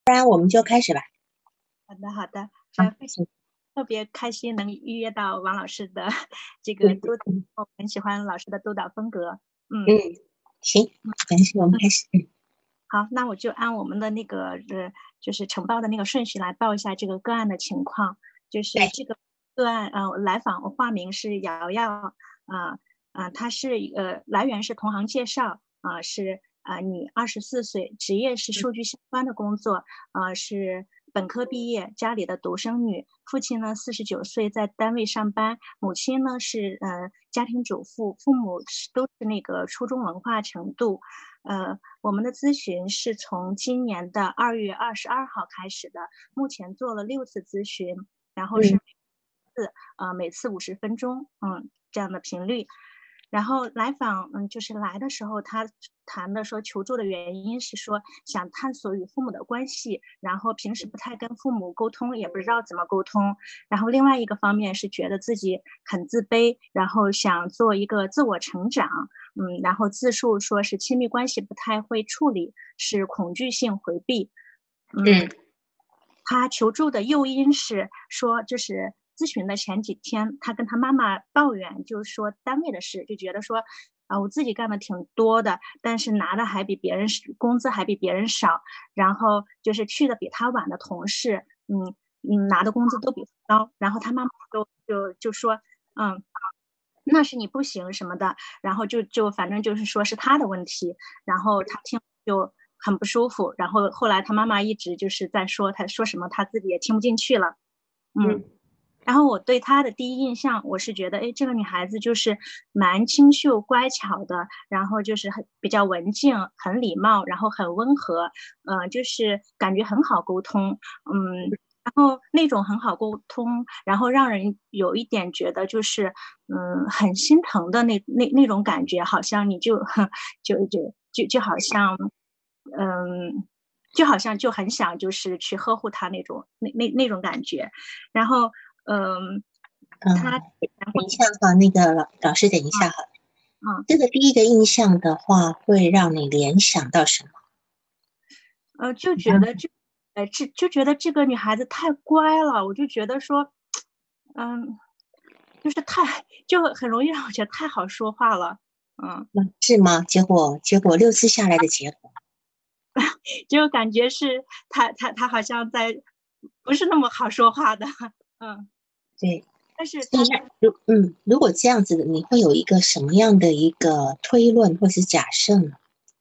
不然我们就开始吧。 好的，好的， 好， 非常特别开心能预约到王老师的这个嗯督导，我很喜欢老师的督导风格。 嗯， 嗯行，没事，我们开始。 好，那我就按我们的那个就是呈报的那个顺序来报一下这个个案的情况。就是对， 这个个案，来访化名是瑶瑶，她是来源是同行介绍，是女24岁，职业是数据相关的工作，是本科毕业，家里的独生女，父亲呢49岁，在单位上班，母亲呢是家庭主妇，父母都是那个初中文化程度。我们的咨询是从今年的2月22号开始的，目前做了6次咨询，然后是嗯每次50分钟，这样的频率。然后来访，就是来的时候，他谈的说求助的原因是说想探索与父母的关系，然后平时不太跟父母沟通，也不知道怎么沟通。然后另外一个方面是觉得自己很自卑，然后想做一个自我成长，然后自述说是亲密关系不太会处理，是恐惧性回避。 嗯他求助的诱因是说，就是咨询的前几天，他跟他妈妈抱怨，就是说单位的事，就觉得说，我自己干的挺多的，但是拿的还比别人工资还比别人少，然后就是去的比他晚的同事，拿的工资都比他高，然后他妈妈就说，那是你不行什么的，然后就反正就是说是他的问题，然后他听就很不舒服，然后后来他妈妈一直就是在说他说什么他自己也听不进去了。嗯， 嗯然后我对她的第一印象，我是觉得，哎，这个女孩子就是蛮清秀乖巧的，然后就是比较文静，很礼貌，然后很温和，就是感觉很好沟通，然后那种很好沟通，然后让人有一点觉得就是，很心疼的那种感觉，好像你就就好像，嗯，就好像就很想就是去呵护他那种感觉。然后嗯，他等一下哈，那个老师，等一下哈。 嗯这个第一个印象的话，会让你联想到什么？ 就觉得就觉得这个女孩子太乖了，我就觉得说，嗯，就是就很容易让我觉得太好说话了。嗯， 是吗？结果6次下来的结果， 就感觉是她好像在不是那么好说话的。嗯， 对， 但是所以如果这样子的，你会有一个什么样的一个推论或是假设呢？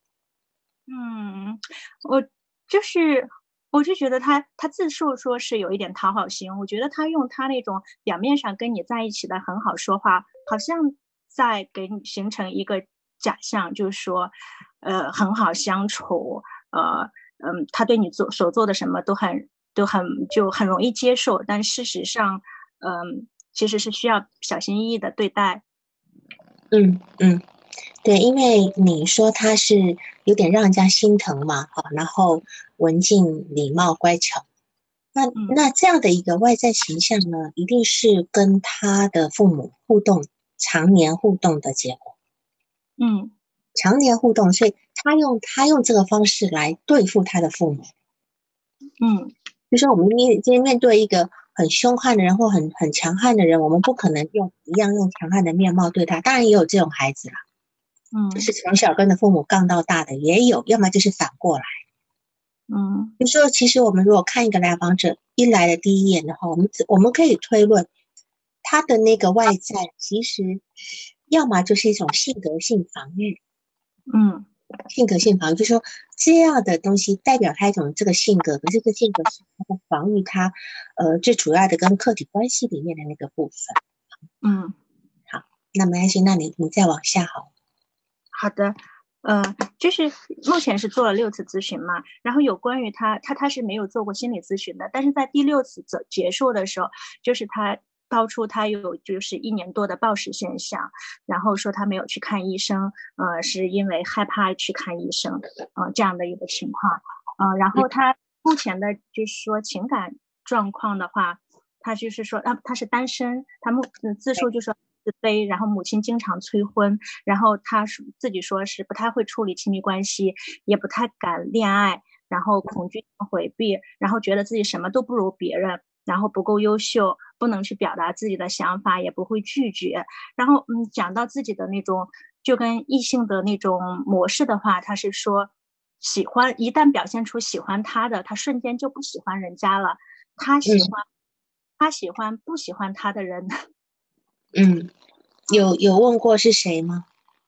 我就是我就觉得他自述说是有一点讨好型，我觉得他用他那种表面上跟你在一起的很好说话，好像在给你形成一个假象，就是说，很好相处，他对你所做的什么就很容易接受，但事实上，其实是需要小心翼翼的对待。 嗯嗯。对，因为你说他是有点让人家心疼嘛，哈，然后文静、礼貌、乖巧，那嗯那这样的一个外在形象呢，一定是跟他的父母互动、常年互动的结果， 嗯常年互动，所以他用这个方式来对付他的父母。 嗯就说我们今天面对一个很凶悍的人或很强悍的人，我们不可能用强悍的面貌对他，当然也有这种孩子啦，就嗯是从小跟着父母杠到大的也有，要么就是反过来。 嗯就说其实我们如果看一个来访者一来的第一眼的话，我们可以推论他的那个外在，其实要么就是一种性格性防御， 嗯性格性防御，就是说这样的东西代表他一种这个性格，可是这个性格是他在防御他，最主要的跟客体关系里面的那个部分。 嗯。 好，那没关系，那你再往下好。 好的，就是目前是做了6次咨询嘛，然后有关于他是没有做过心理咨询的，但是在第6次结束的时候，就是他爆出他有就是1年多的暴食现象，然后说他没有去看医生，是因为害怕去看医生，这样的一个情况，然后他目前的就是说情感状况的话，他就是说他是单身，他自述就说自卑，然后母亲经常催婚，然后他自己说是不太会处理亲密关系，也不太敢恋爱， 然后恐惧回避，然后觉得自己什么都不如别人，然后不够优秀，不能去表达自己的想法，也不会拒绝。然后讲到自己的那种就跟异性的那种模式的话，他是说喜欢一旦表现出喜欢他的，他瞬间就不喜欢人家了。他喜欢他喜欢不喜欢他的人。 有问过是谁吗？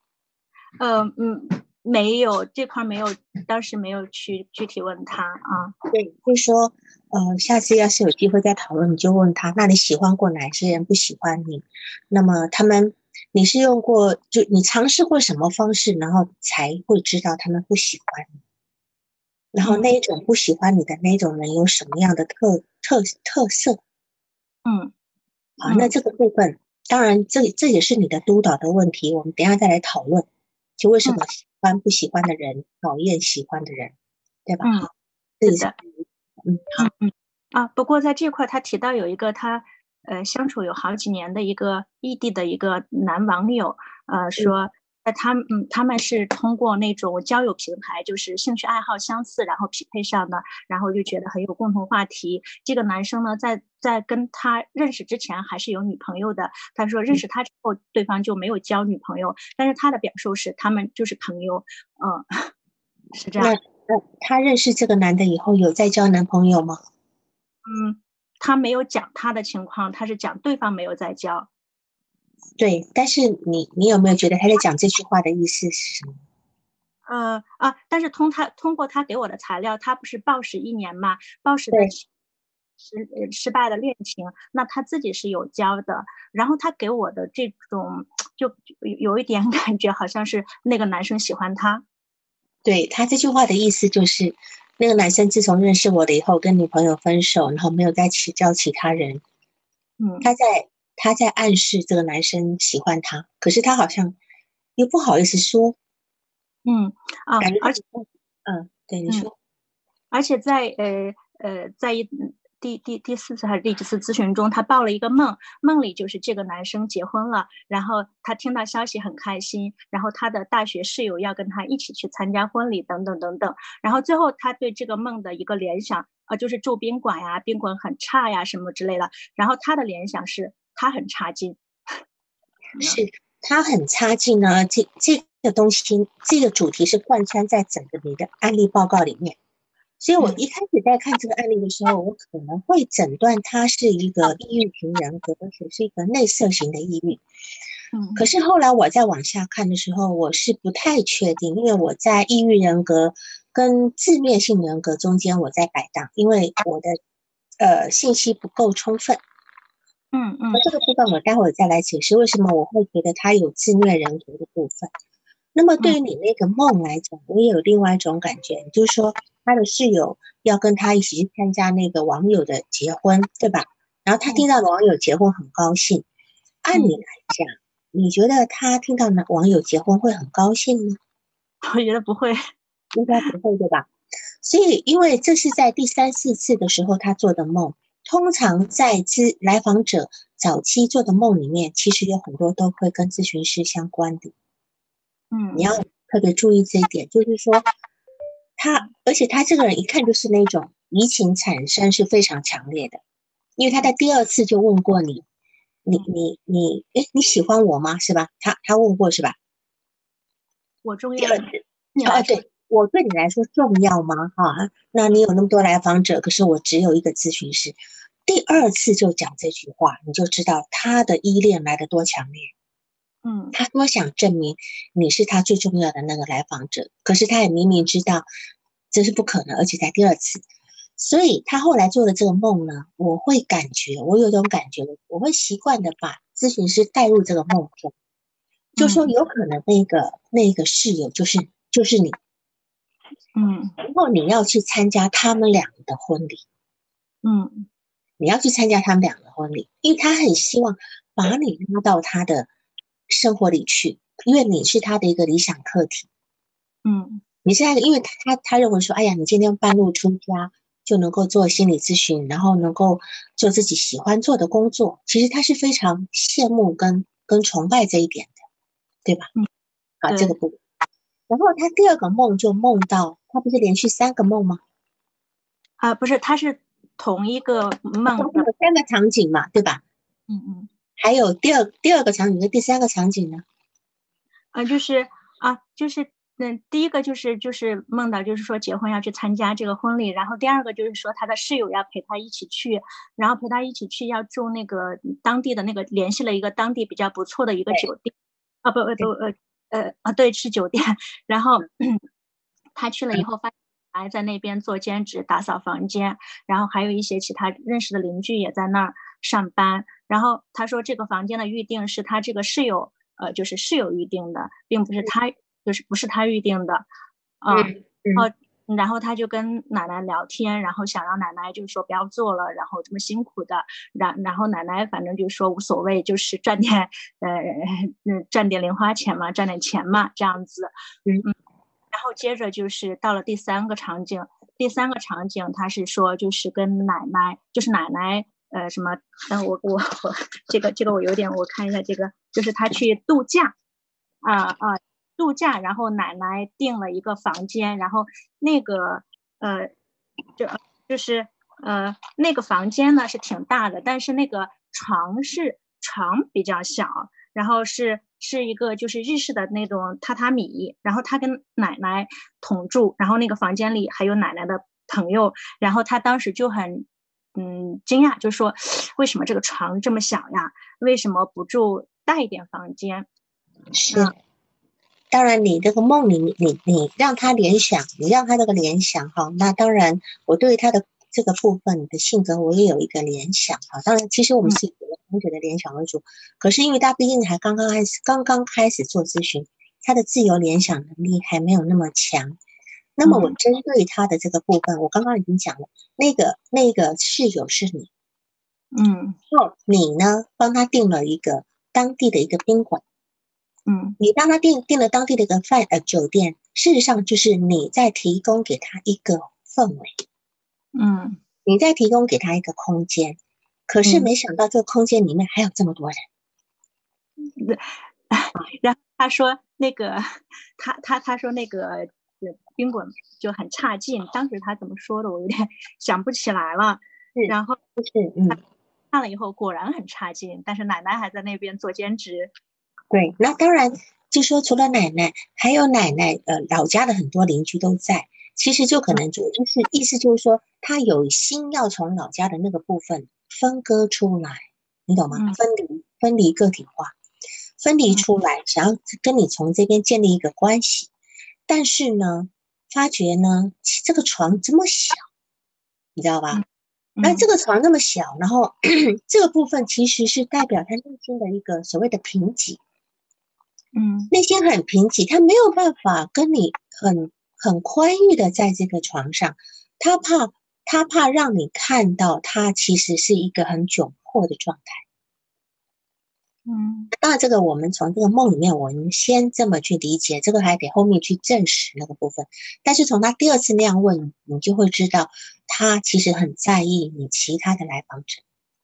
没有，这块没有，当时没有去具体问他啊。 对，就是说，下次要是有机会再讨论，你就问他，那你喜欢过哪些人不喜欢你？那么你是用过，就你尝试过什么方式，然后才会知道他们不喜欢你？然后那一种不喜欢你的那种人有什么样的特色？那这个部分，当然这也是你的督导的问题，我们等一下再来讨论，就为什么喜欢不喜欢的人，讨厌喜欢的人，对吧？好，这也是的。 好。 不过在这块他提到有一个他相处有好几年的一个异地的一个男网友，说他们是通过那种交友平台，就是兴趣爱好相似，然后匹配上的，然后就觉得很有共同话题。这个男生呢，在跟他认识之前还是有女朋友的，他说认识他之后，对方就没有交女朋友，但是他的表述是他们就是朋友，是这样。 那他认识这个男的以后有再交男朋友吗？ 他没有讲他的情况，他是讲对方没有再交。 对，但是你有没有觉得他在讲这句话的意思是什么？ 但是通过他给我的材料，他不是暴食1年嘛，暴食的对， 失败的恋情，那他自己是有交的，然后他给我的这种就有一点感觉好像是那个男生喜欢他。 对，他这句话的意思就是，那个男生自从认识我了以后，跟女朋友分手，然后没有再交其他人。他在暗示这个男生喜欢他，可是他好像又不好意思说。感觉而且对，你说。 而且在第四次还是第几次咨询中，他报了一个梦，梦里就是这个男生结婚了，然后他听到消息很开心，然后他的大学室友要跟他一起去参加婚礼，等等等等。然后最后他对这个梦的一个联想，就是住宾馆呀，宾馆很差呀，什么之类的。然后他的联想是他很差劲。 是他很差劲呢，这个东西，这个主题是贯穿在整个你的案例报告里面。所以我一开始在看这个案例的时候，我可能会诊断他是一个抑郁型人格，而且是一个内射型的抑郁。可是后来我再往下看的时候，我是不太确定，因为我在抑郁人格跟自恋性人格中间我在摆荡，因为我的信息不够充分。那这个部分我待会儿再来解释为什么我会觉得他有自虐人格的部分。那么对于你那个梦来讲，我也有另外一种感觉，就是说他的室友要跟他一起去参加那个网友的结婚，对吧？然后他听到网友结婚很高兴。按理来讲，你觉得他听到网友结婚会很高兴吗？ 我觉得不会， 应该不会，对吧？所以因为这是在第3、4次的时候他做的梦，通常在来访者早期做的梦里面，其实有很多都会跟咨询师相关的。你要特别注意这一点，就是说而且他这个人一看就是那种移情产生是非常强烈的，因为他在第2次就问过你喜欢我吗？是吧？他问过是吧？ 我重要吗？ 对，我对你来说重要吗？那你有那么多来访者，可是我只有一个咨询师。第2次就讲这句话，你就知道他的依恋来得多强烈。他多想证明你是他最重要的那个来访者，可是他也明明知道这是不可能，而且在第2次。所以他后来做的这个梦呢，我有种感觉，我会习惯的把咨询师带入这个梦中，就说有可能那个室友就是你，然后你要去参加他们两个的婚礼，你要去参加他们两个婚礼，因为他很希望把你拉到他的生活里去，因为你是他的一个理想课题。你是因为他认为说，哎呀，你今天半路出家就能够做心理咨询，然后能够做自己喜欢做的工作，其实他是非常羡慕跟崇拜这一点的，对吧？这个部分。然后他第2个梦就梦到，他不是连续3个梦吗？ 不是，它是同一个梦有的。 三个场景嘛，对吧？ 嗯。 还有第二个场景跟第三个场景呢？ 就是第一个就是梦到就是说结婚要去参加这个婚礼，然后第二个就是说他的室友要陪他一起去，然后陪他一起去要住那个当地的那个联系了一个当地比较不错的一个酒店。对，是酒店。然后他去了以后发现还在那边做兼职打扫房间，然后还有一些其他认识的邻居也在那儿上班。然后他说这个房间的预定是他这个室友就是室友预定的，并不是他就是不是他预定的。 嗯嗯然后他就跟奶奶聊天，然后想让奶奶就是说不要做了，然后这么辛苦的，然后奶奶反正就说无所谓，就是赚点零花钱嘛，赚点钱嘛，这样子。 嗯然后接着就是到了第三个场景，第三个场景他是说就是跟奶奶，就是奶奶什么，我这个我有点，我看一下这个，就是他去度假度假，然后奶奶订了一个房间，然后那个呃就是那个房间呢是挺大的，但是那个床比较小，然后是一个就是日式的那种榻榻米，然后他跟奶奶同住，然后那个房间里还有奶奶的朋友，然后他当时就很惊讶，就说为什么这个床这么小呀？为什么不住大一点房间？ 是。当然，你这个梦里，你让他联想，你让他这个联想哈，那当然，我对他的这个部分的性格，我也有一个联想哈。当然，其实我们是以同学的联想为主，可是因为他毕竟还刚刚开始做咨询，他的自由联想能力还没有那么强。那么我针对他的这个部分，我刚刚已经讲了，那个室友是你，你呢帮他订了一个当地的一个宾馆。你当他订了当地的一个酒店，事实上就是你在提供给他一个氛围，你在提供给他一个空间。可是没想到这个空间里面还有这么多人。 然后他说那个他说那个宾馆就很差劲，当时他怎么说的我有点想不起来了。然后看了以后果然很差劲，但是奶奶还在那边做兼职。 对，那当然就说除了奶奶，还有奶奶老家的很多邻居都在。其实就可能就是意思就是说，他有心要从老家的那个部分分割出来，你懂吗？分离个体化，分离出来，想要跟你从这边建立一个关系。但是呢，发觉呢，这个床这么小，你知道吧？那这个床那么小，然后这个部分其实是代表他内心的一个所谓的贫瘠。内心很贫瘠，他没有办法跟你很宽裕的在这个床上，他怕让你看到他其实是一个很窘迫的状态。当然这个我们从这个梦里面，我们先这么去理解，这个还得后面去证实那个部分。但是从他第二次那样问，你就会知道他其实很在意你其他的来访者。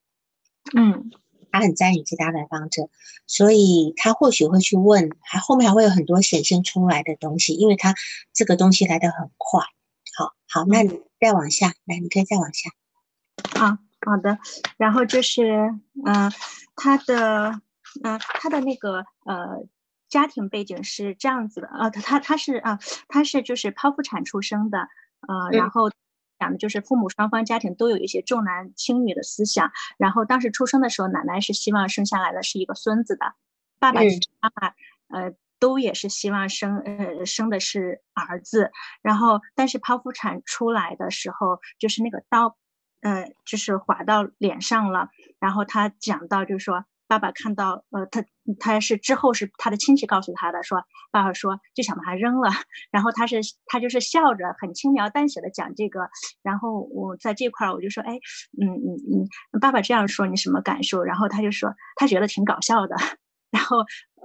他很在意其他来访者，所以他或许会去问，后面还会有很多显现出来的东西，因为他这个东西来得很快。好，那你再往下来，你可以再往下。 好的。然后就是他的那个家庭背景是这样子的他是就是剖腹产出生的然后讲的就是父母双方家庭都有一些重男轻女的思想，然后当时出生的时候，奶奶是希望生下来的是一个孙子的，爸爸妈妈都也是希望生的是儿子，然后但是剖腹产出来的时候，就是那个刀就是划到脸上了，然后他讲到就是说爸爸看到他是之后是他的亲戚告诉他的，说爸爸说就想把他扔了，然后他就是笑着很轻描淡写的讲这个，然后我在这块我就说哎爸爸这样说你什么感受？然后他就说他觉得挺搞笑的，然后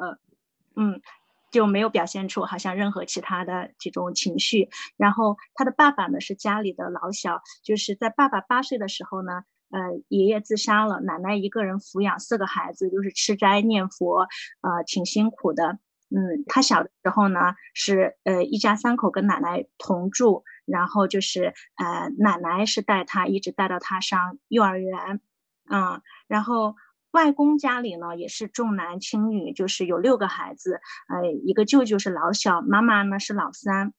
就没有表现出好像任何其他的这种情绪。然后他的爸爸呢是家里的老小，就是在爸爸8岁的时候呢爷爷自杀了，奶奶一个人抚养4个孩子，就是吃斋念佛挺辛苦的。他小的时候呢是一家3口跟奶奶同住， 然后就是奶奶是带他一直带到他上幼儿园，然后外公家里呢也是重男轻女，就是有6个孩子，一个舅舅是老小，妈妈呢是老三，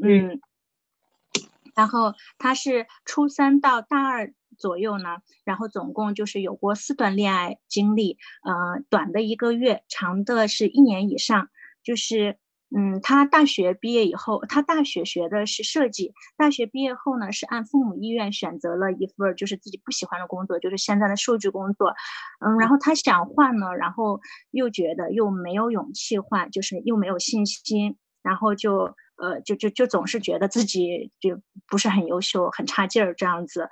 然后他是初3到大2左右呢，然后总共就是有过4段恋爱经历，短的1个月，长的是1年以上。就是他大学毕业以后，他大学学的是设计，大学毕业后呢是按父母意愿选择了一份就是自己不喜欢的工作，就是现在的数据工作。然后他想换呢，然后又觉得又没有勇气换，就是又没有信心，然后就总是觉得自己就不是很优秀，很差劲儿这样子，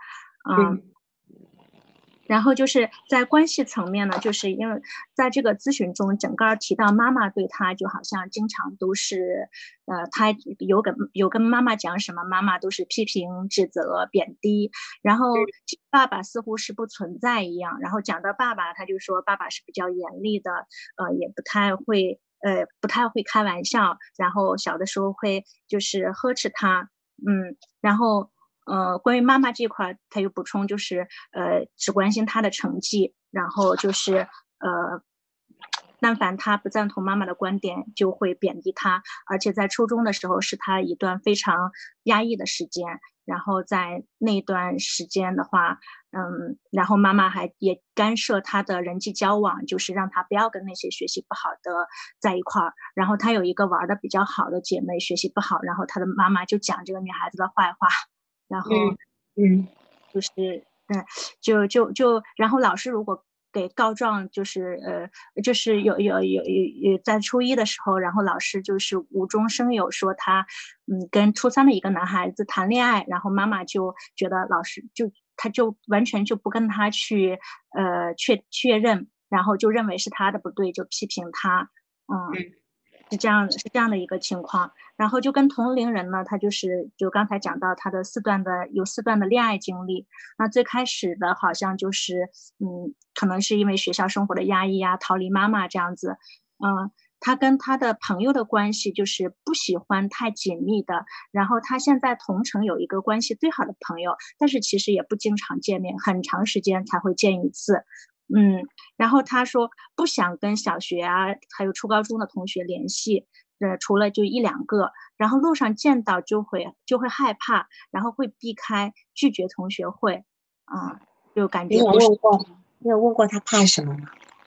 然后就是在关系层面呢，就是因为在这个咨询中，整个提到妈妈对他就好像经常都是，他有跟妈妈讲什么，妈妈都是批评、指责、贬低，然后爸爸似乎是不存在一样。然后讲到爸爸，他就说爸爸是比较严厉的，也不太会开玩笑，然后小的时候会就是呵斥他，然后关于妈妈这块他又补充就是只关心他的成绩，然后就是但凡他不赞同妈妈的观点就会贬低他，而且在初中的时候是他一段非常压抑的时间，然后在那段时间的话然后妈妈还也干涉他的人际交往，就是让他不要跟那些学习不好的在一块儿，然后他有一个玩的比较好的姐妹学习不好，然后他的妈妈就讲这个女孩子的坏话，然后就是然后老师如果给告状，就是有在初一的时候，然后老师就是无中生有说他跟初3的一个男孩子谈恋爱，然后妈妈就觉得老师他就完全就不跟他去确认，然后就认为是他的不对，就批评他，是这样的一个情况。然后就跟同龄人呢，他就刚才讲到他的有4段的恋爱经历。那最开始的好像就是可能是因为学校生活的压抑啊，逃离妈妈这样子。他跟他的朋友的关系就是不喜欢太紧密的，然后他现在同城有一个关系最好的朋友，但是其实也不经常见面，很长时间才会见一次。然后他说不想跟小学啊还有初高中的同学联系，除了就1、2个，然后路上见到就会害怕，然后会避开拒绝同学会，就感觉不是。 你有问过他怕什么吗？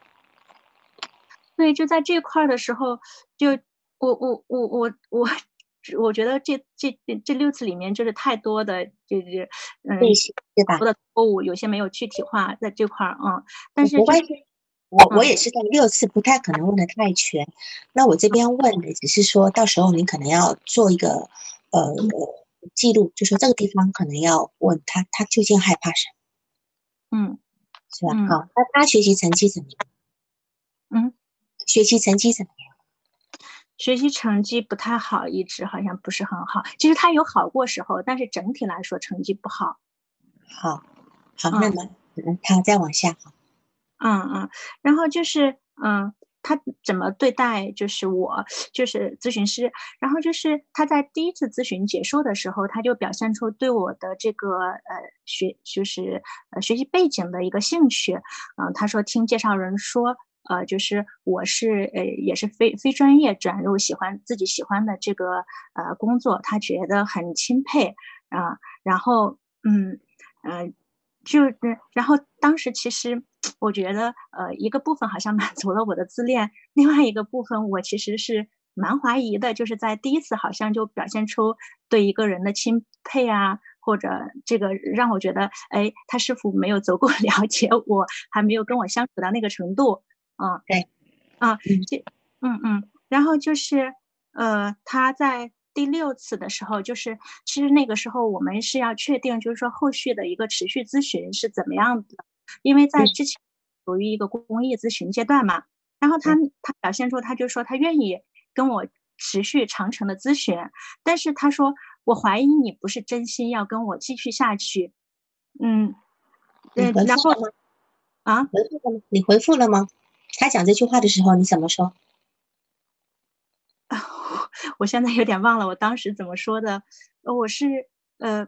对，就在这块的时候，就我觉得这6次里面就是太多的就是对吧？ 多的错误，有些没有具体化在这块但是不关系，我也是在6次，不太可能问的太全。那我这边问的只是说到时候你可能要做一个记录，就说这个地方可能要问他究竟害怕什么，是吧？好，那他学习成绩怎么样？学习成绩怎么样？ 学习成绩不太好，一直好像不是很好。其实他有好过时候，但是整体来说成绩不好。 好，那么他再往下。 然后就是他怎么对待就是我就是咨询师，然后就是他在第1次咨询结束的时候，他就表现出对我的这个学习背景的一个兴趣。他说听介绍人说就是我是也是非专业转入自己喜欢的这个工作，他觉得很钦佩然后然后当时其实我觉得一个部分好像满足了我的自恋，另外一个部分我其实是蛮怀疑的，就是在第1次好像就表现出对一个人的钦佩啊，或者这个让我觉得他是否没有足够了解我，还没有跟我相处到那个程度。 对， 然后就是他在第6次的时候，就是其实那个时候我们是要确定，就是说后续的一个持续咨询是怎么样的，因为在之前属于一个公益咨询阶段嘛。然后他表现出，他就说他愿意跟我持续长程的咨询，但是他说我怀疑你不是真心要跟我继续下去。然后你回复了吗？他讲这句话的时候你怎么说？ 我现在有点忘了我当时怎么说的。我是呃，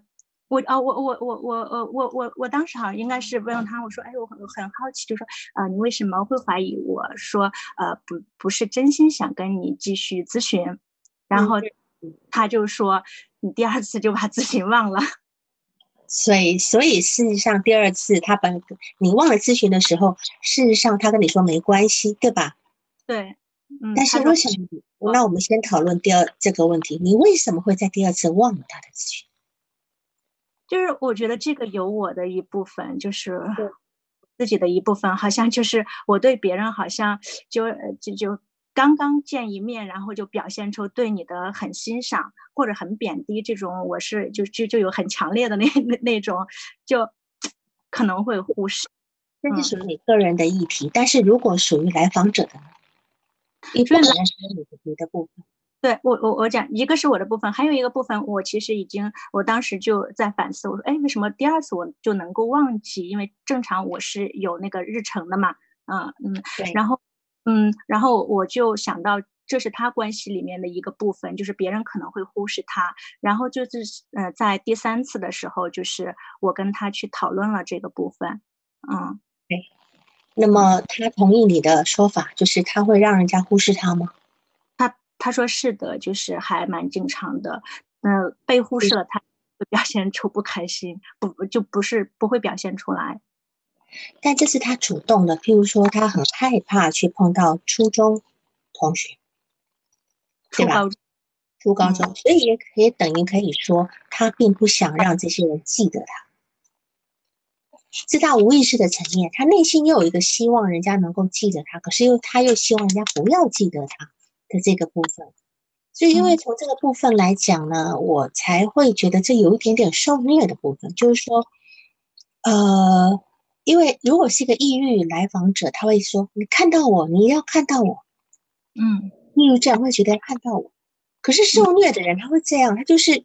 我当时好像应该是问他，我说，哎，我很好奇，就说，你为什么会怀疑我说，不是真心想跟你继续咨询，然嗯， 后他就说，你第二次就把咨询忘了。 所以事实上第二次你忘了咨询的时候，事实上他跟你说没关系，对吧？ 对， 但是他说为什么？那我们先讨论这个问题，你为什么会在第二次忘了他的咨询？ 就是我觉得这个有我的一部分，就是对， 自己的一部分，好像就是我对别人好像就刚刚见一面，然后就表现出对你的很欣赏或者很贬低这种，我是就有很强烈的那种，就可能会忽视。 这是属于你个人的议题，但是如果属于来访者的呢，你不所以可能是你的部分。 对我讲，一个是我的部分，还有一个部分，我其实我当时就在反思，我说，哎，为什么第二次我就能够忘记？因为正常我是有那个日程的嘛， 对， 然后我就想到，这是他关系里面的一个部分，就是别人可能会忽视他，然后就是在第三次的时候，就是我跟他去讨论了这个部分，嗯。 对。那么他同意你的说法，就是他会让人家忽视他吗？ 他说是的，就是还蛮经常的。被忽视了，他会表现出不开心，不会表现出来。 但这是他主动的，譬如说他很害怕去碰到初中同学，对吧？ 初高中， 初高中，所以也可以等于可以说，他并不想让这些人记得他，是他无意识的层面，他内心又有一个希望人家能够记得他，可是他又希望人家不要记得他的这个部分。所以，因为从这个部分来讲呢，我才会觉得这有一点点受虐的部分，就是说，因为如果是一个抑郁来访者，他会说：“你看到我，你要看到我。” 嗯抑郁症会觉得要看到我，可是受虐的人他会这样，他就是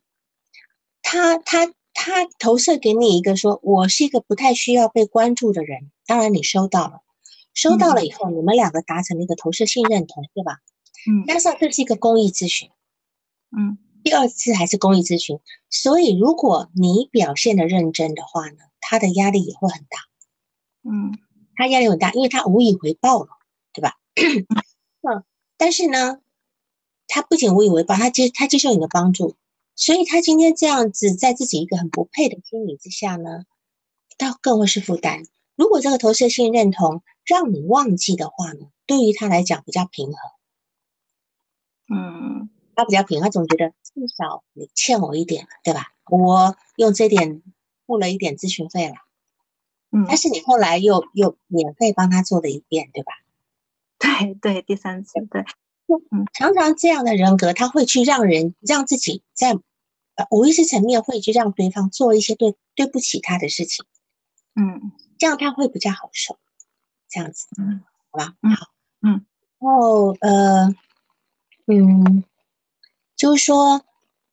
他投射给你一个说，我是一个不太需要被关注的人。当然你收到了，收到了以后，你们两个达成了一个投射性认同，对吧？加上这是一个公益咨询，第二次还是公益咨询，所以如果你表现的认真的话呢，他的压力也会很大。他压力很大，因为他无以回报了，对吧？但是呢，他不仅无以为报，他接受你的帮助，所以他今天这样子，在自己一个很不配的心理之下呢，他更会是负担。如果这个投射性认同让你忘记的话呢，对于他来讲比较平衡，他比较平衡，他总觉得至少你欠我一点，对吧？我用这点付了一点咨询费了，但是你后来又免费帮他做了一遍，对吧？ 对对，第三次，对， 常常这样的人格，他会去让自己在无意识层面会去让对方做一些对不起他的事情，这样他会比较好受，这样子，好吧？好，然后就是说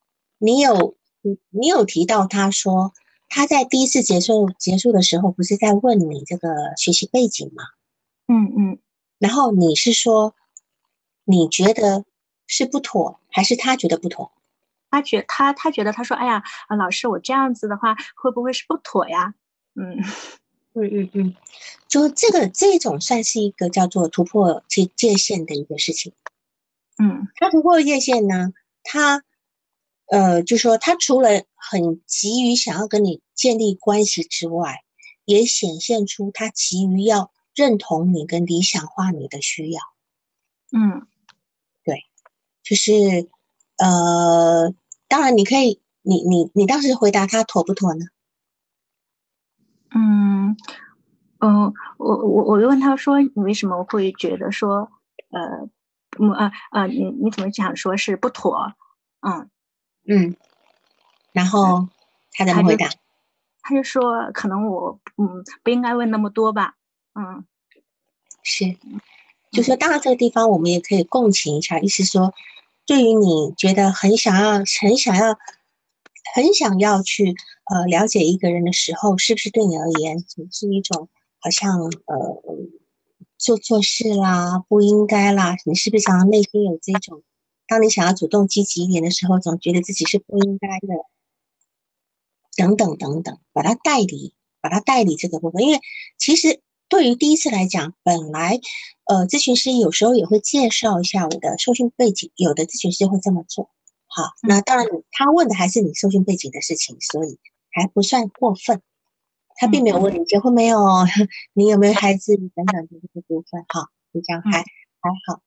你有提到他说他在第一次结束的时候，不是在问你这个学习背景吗？然后你是说你觉得是不妥，还是他觉得不妥？ 他觉得他说，哎呀，老师，我这样子的话会不会是不妥呀？ 就这种算是一个叫做突破界限的一个事情。他突破界限呢，他就说他除了很急于想要跟你建立关系之外，也显现出他急于要认同你跟理想化你的需要。对，就是当然你可以，你当时回答他妥不妥呢？ 我就问他说，你为什么会觉得说，你怎么想说是不妥？ 然后他怎么回答？ 他就说，可能我不应该问那么多吧。 是，就说当然这个地方我们也可以共情一下，意思说，对于你觉得很想要去了解一个人的时候，是不是对你而言只是一种好像做错事啦，不应该啦？你是不是常常内心有这种，当你想要主动积极一点的时候，总觉得自己是不应该的？ 等等等等，把它代理这个部分。因为其实对于第一次来讲，本来咨询师有时候也会介绍一下我的受训背景，有的咨询师会这么做。好，那当然他问的还是你受训背景的事情，所以还不算过分。他并没有问你结婚没有，你有没有孩子等等的这个部分。好，就这样还好。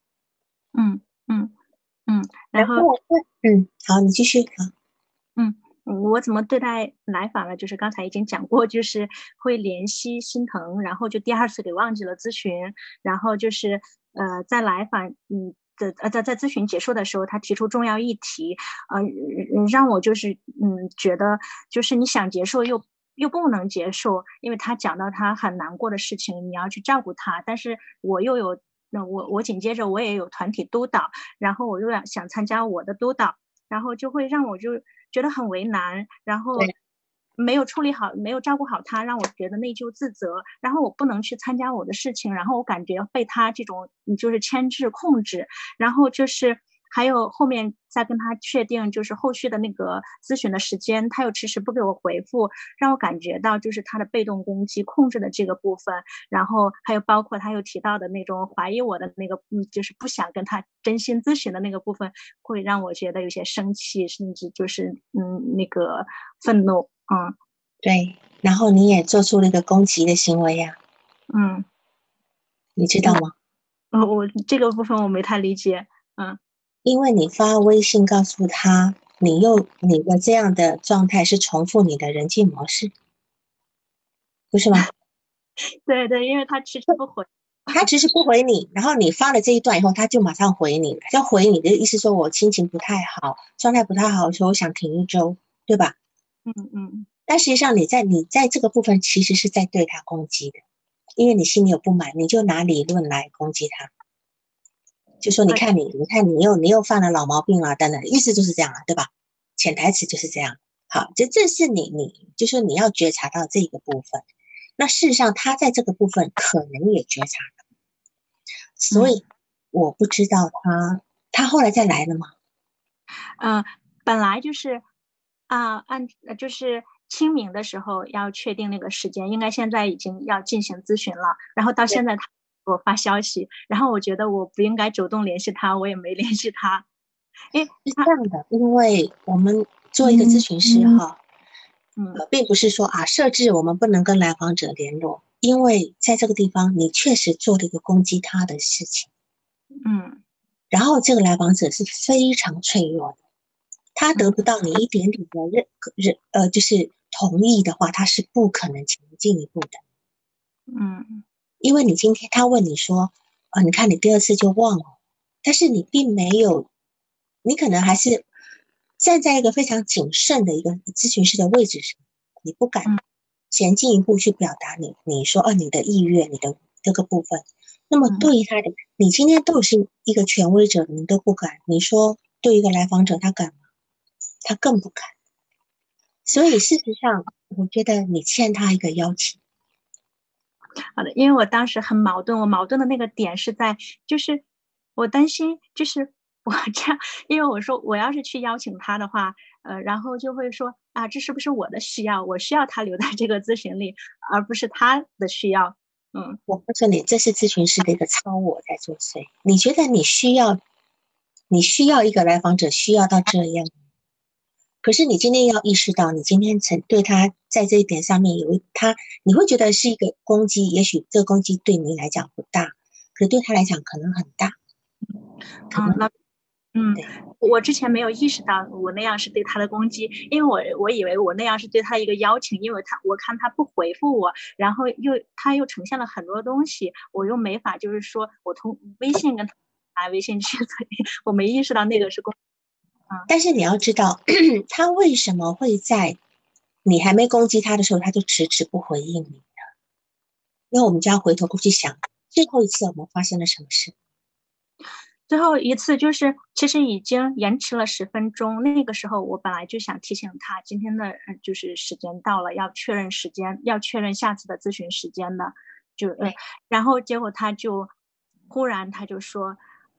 然后好，你继续。好， 我怎么对待来访呢？就是刚才已经讲过，就是会怜惜心疼，然后就第二次给忘记了咨询，然后就是在来访在咨询结束的时候，他提出重要议题，让我就是觉得就是你想结束又不能结束，因为他讲到他很难过的事情，你要去照顾他，但是我又有我紧接着我也有团体督导，然后我又想参加我的督导，然后就会让我就觉得很为难，然后没有处理好，没有照顾好他，让我觉得内疚自责，然后我不能去参加我的事情，然后我感觉被他这种就是牵制控制，然后就是还有后面再跟他确定就是后续的那个咨询的时间，他又迟迟不给我回复，让我感觉到就是他的被动攻击控制的这个部分，然后还有包括他又提到的那种怀疑我的那个就是不想跟他真心咨询的那个部分，会让我觉得有些生气，甚至就是那个愤怒。 对，然后你也做出了一个攻击的行为呀。你知道吗？ 我这个部分我没太理解。 因为你发微信告诉他，你的这样的状态是重复你的人际模式，不是吗？ 对对，因为他迟迟不回， 他其实不回你，然后你发了这一段以后，他就马上回你，就回你的意思说我心情不太好，状态不太好，说我想停一周，对吧？但实际上你在这个部分其实是在对他攻击的，因为你心里有不满，你就拿理论来攻击他，就说你看你又犯了老毛病了，等等，意思就是这样了，对吧？潜台词就是这样。好，这是你就是你要觉察到这个部分。那事实上他在这个部分可能也觉察到，所以我不知道他后来再来了吗？ 本来就是就是清明的时候要确定那个时间，应该现在已经要进行咨询了，然后到现在他给我发消息，然后我觉得我不应该主动联系他，我也没联系他。 是这样的，因为我们做一个咨询师并不是说设置我们不能跟来访者联络，因为在这个地方你确实做了一个攻击他的事情，然后这个来访者是非常脆弱的，他得不到你一点点的就是同意的话，他是不可能进一步的。因为你今天他问你说，你看你第二次就忘了，但是你并没有，你可能还是站在一个非常谨慎的一个咨询师的位置上，你不敢前进一步去表达你说你的意愿，你的这个部分。那么对于他的，你今天都是一个权威者，你都不敢，你说对于一个来访者他敢吗？他更不敢。所以事实上，我觉得你欠他一个邀请。 好的，因为我当时很矛盾，我矛盾的那个点是在，就是我担心，就是我这样，因为我说我要是去邀请他的话，然后就会说这是不是我的需要？我需要他留在这个咨询里，而不是他的需要。 我告诉你，这是咨询师的一个超我在作祟。你觉得你需要一个来访者需要到这样，可是你今天要意识到，你今天对他在这一点上面你会觉得是一个攻击，也许这个攻击对你来讲不大，可是对他来讲可能很大。 我之前没有意识到我那样是对他的攻击，因为我以为我那样是对他一个邀请，因为我看他不回复我，然后他又呈现了很多东西，我又没法就是说我从微信跟他拿微信去，所以我没意识到那个是攻击。 但是你要知道，他为什么会在你还没攻击他的时候，他就迟迟不回应你呢？因为我们就要回头过去想，最后一次我们发生了什么事？ 最后一次就是其实已经延迟了10分钟，那个时候我本来就想提醒他今天的就是时间到了，要确认时间，要确认下次的咨询时间的，然后结果他就忽然他就说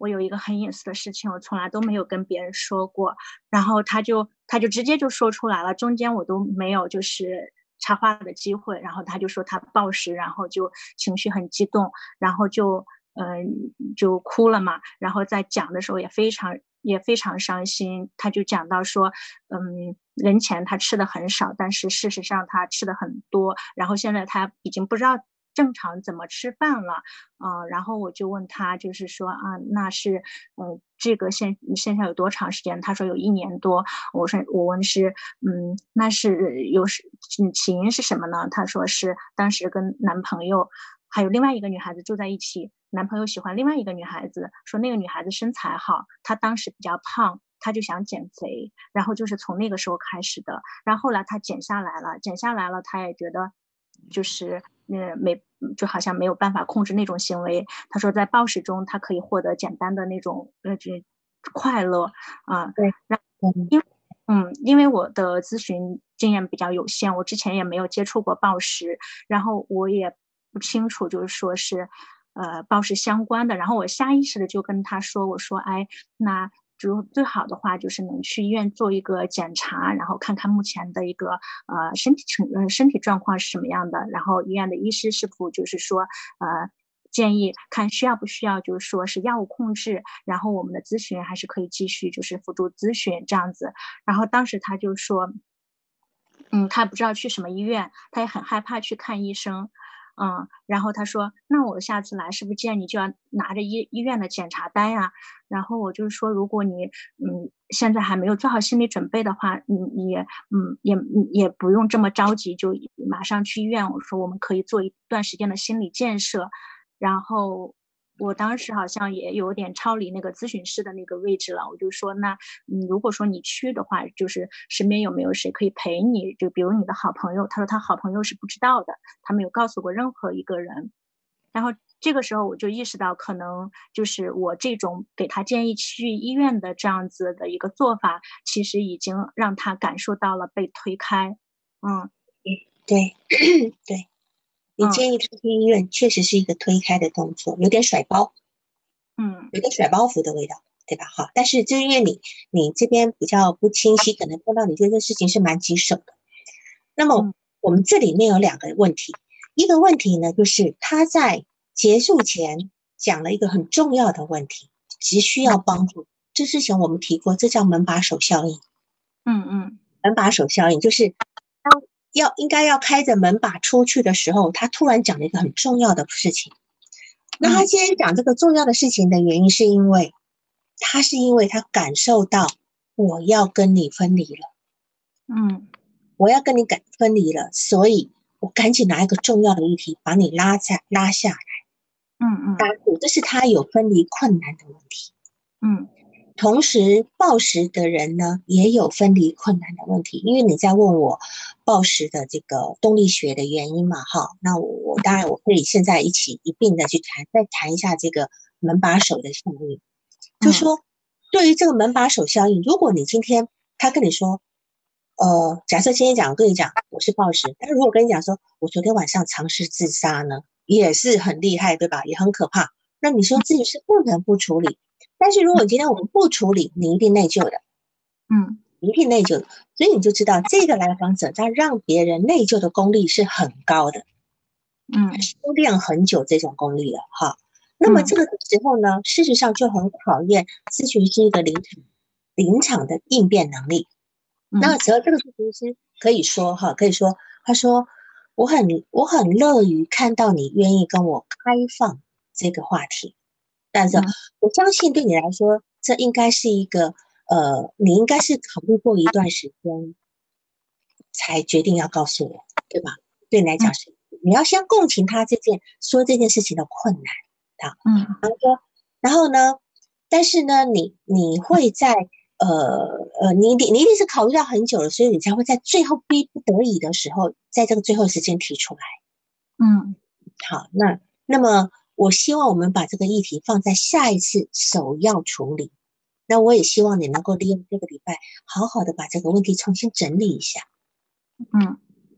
我有一个很隐私的事情，我从来都没有跟别人说过。然后他就直接就说出来了，中间我都没有就是插话的机会。然后他就说他暴食，然后就情绪很激动，然后就哭了嘛。然后在讲的时候也非常伤心。他就讲到说，人前他吃的很少，但是事实上他吃的很多。然后现在他已经不知道正常怎么吃饭了。然后我就问他，就是说啊，那是这个现在有多长时间？他说有1年多。我问是那是起因是什么呢？他说是当时跟男朋友还有另外一个女孩子住在一起，男朋友喜欢另外一个女孩子，说那个女孩子身材好，他当时比较胖，他就想减肥。然后就是从那个时候开始的。然后后来他减下来了，他也觉得就是就好像没有办法控制那种行为。他说在暴食中他可以获得简单的那种快乐啊。 对， 然后因为我的咨询经验比较有限，我之前也没有接触过暴食，然后我也不清楚就是说是暴食相关的。然后我下意识的就跟他说，我说哎，那就最好的话就是能去医院做一个检查，然后看看目前的一个身体状况是什么样的。然后医院的医师是否就是说建议看需要不需要就是说是药物控制，然后我们的咨询还是可以继续就是辅助咨询这样子。然后当时他就说他不知道去什么医院，他也很害怕去看医生。然后他说那我下次来是不是见你就要拿着医院的检查单呀？然后我就说如果你现在还没有做好心理准备的话，也不用这么着急就马上去医院。我说我们可以做一段时间的心理建设。然后我当时好像也有点超离那个咨询师的那个位置了。我就说那如果说你去的话，就是身边有没有谁可以陪你，就比如你的好朋友。他说他好朋友是不知道的，他没有告诉过任何一个人。然后这个时候我就意识到，可能就是我这种给他建议去医院的这样子的一个做法，其实已经让他感受到了被推开。 对对，你建议他去医院，确实是一个推开的动作，有点甩包，有点甩包袱的味道，对吧？好，但是就因为你这边比较不清晰，可能碰到你觉得这事情是蛮棘手的。那么我们这里面有2个问题，一个问题呢，就是他在结束前讲了一个很重要的问题，急需要帮助。这之前我们提过，这叫门把手效应。门把手效应就是当应该要开着门把出去的时候，他突然讲了一个很重要的事情。那他今天讲这个重要的事情的原因，是因为他感受到我要跟你分离了。我要跟你分离了，所以我赶紧拿一个重要的议题把你拉下来。这是他有分离困难的问题。同时暴食的人呢也有分离困难的问题。因为你在问我暴食的这个动力学的原因嘛，那我当然我可以现在一并的去再谈一下这个门把手的效应。就说对于这个门把手效应，如果你今天他跟你说假设今天跟你讲我是暴食，但如果跟你讲说我昨天晚上尝试自杀呢，也是很厉害，对吧？也很可怕。那你说自己是不能不处理，但是如果今天我们不处理，你一定内疚的。一定内疚的。所以你就知道这个来访者他让别人内疚的功力是很高的。修炼很久这种功力了哈。那么这个时候呢，事实上就很考验咨询师一个临场的应变能力。那时候这个咨询师可以说他说我很乐于看到你愿意跟我开放这个话题，但是我相信对你来说，这应该是一个你应该是考虑过一段时间才决定要告诉我，对吧？对你来讲是你要先共情他说这件事情的困难啊。然后呢，但是呢，你会在你一定是考虑到很久了，所以你才会在最后逼不得已的时候，在这个最后时间提出来。好，那么我希望我们把这个议题放在下一次首要处理。那我也希望你能够利用这个礼拜，好好的把这个问题重新整理一下。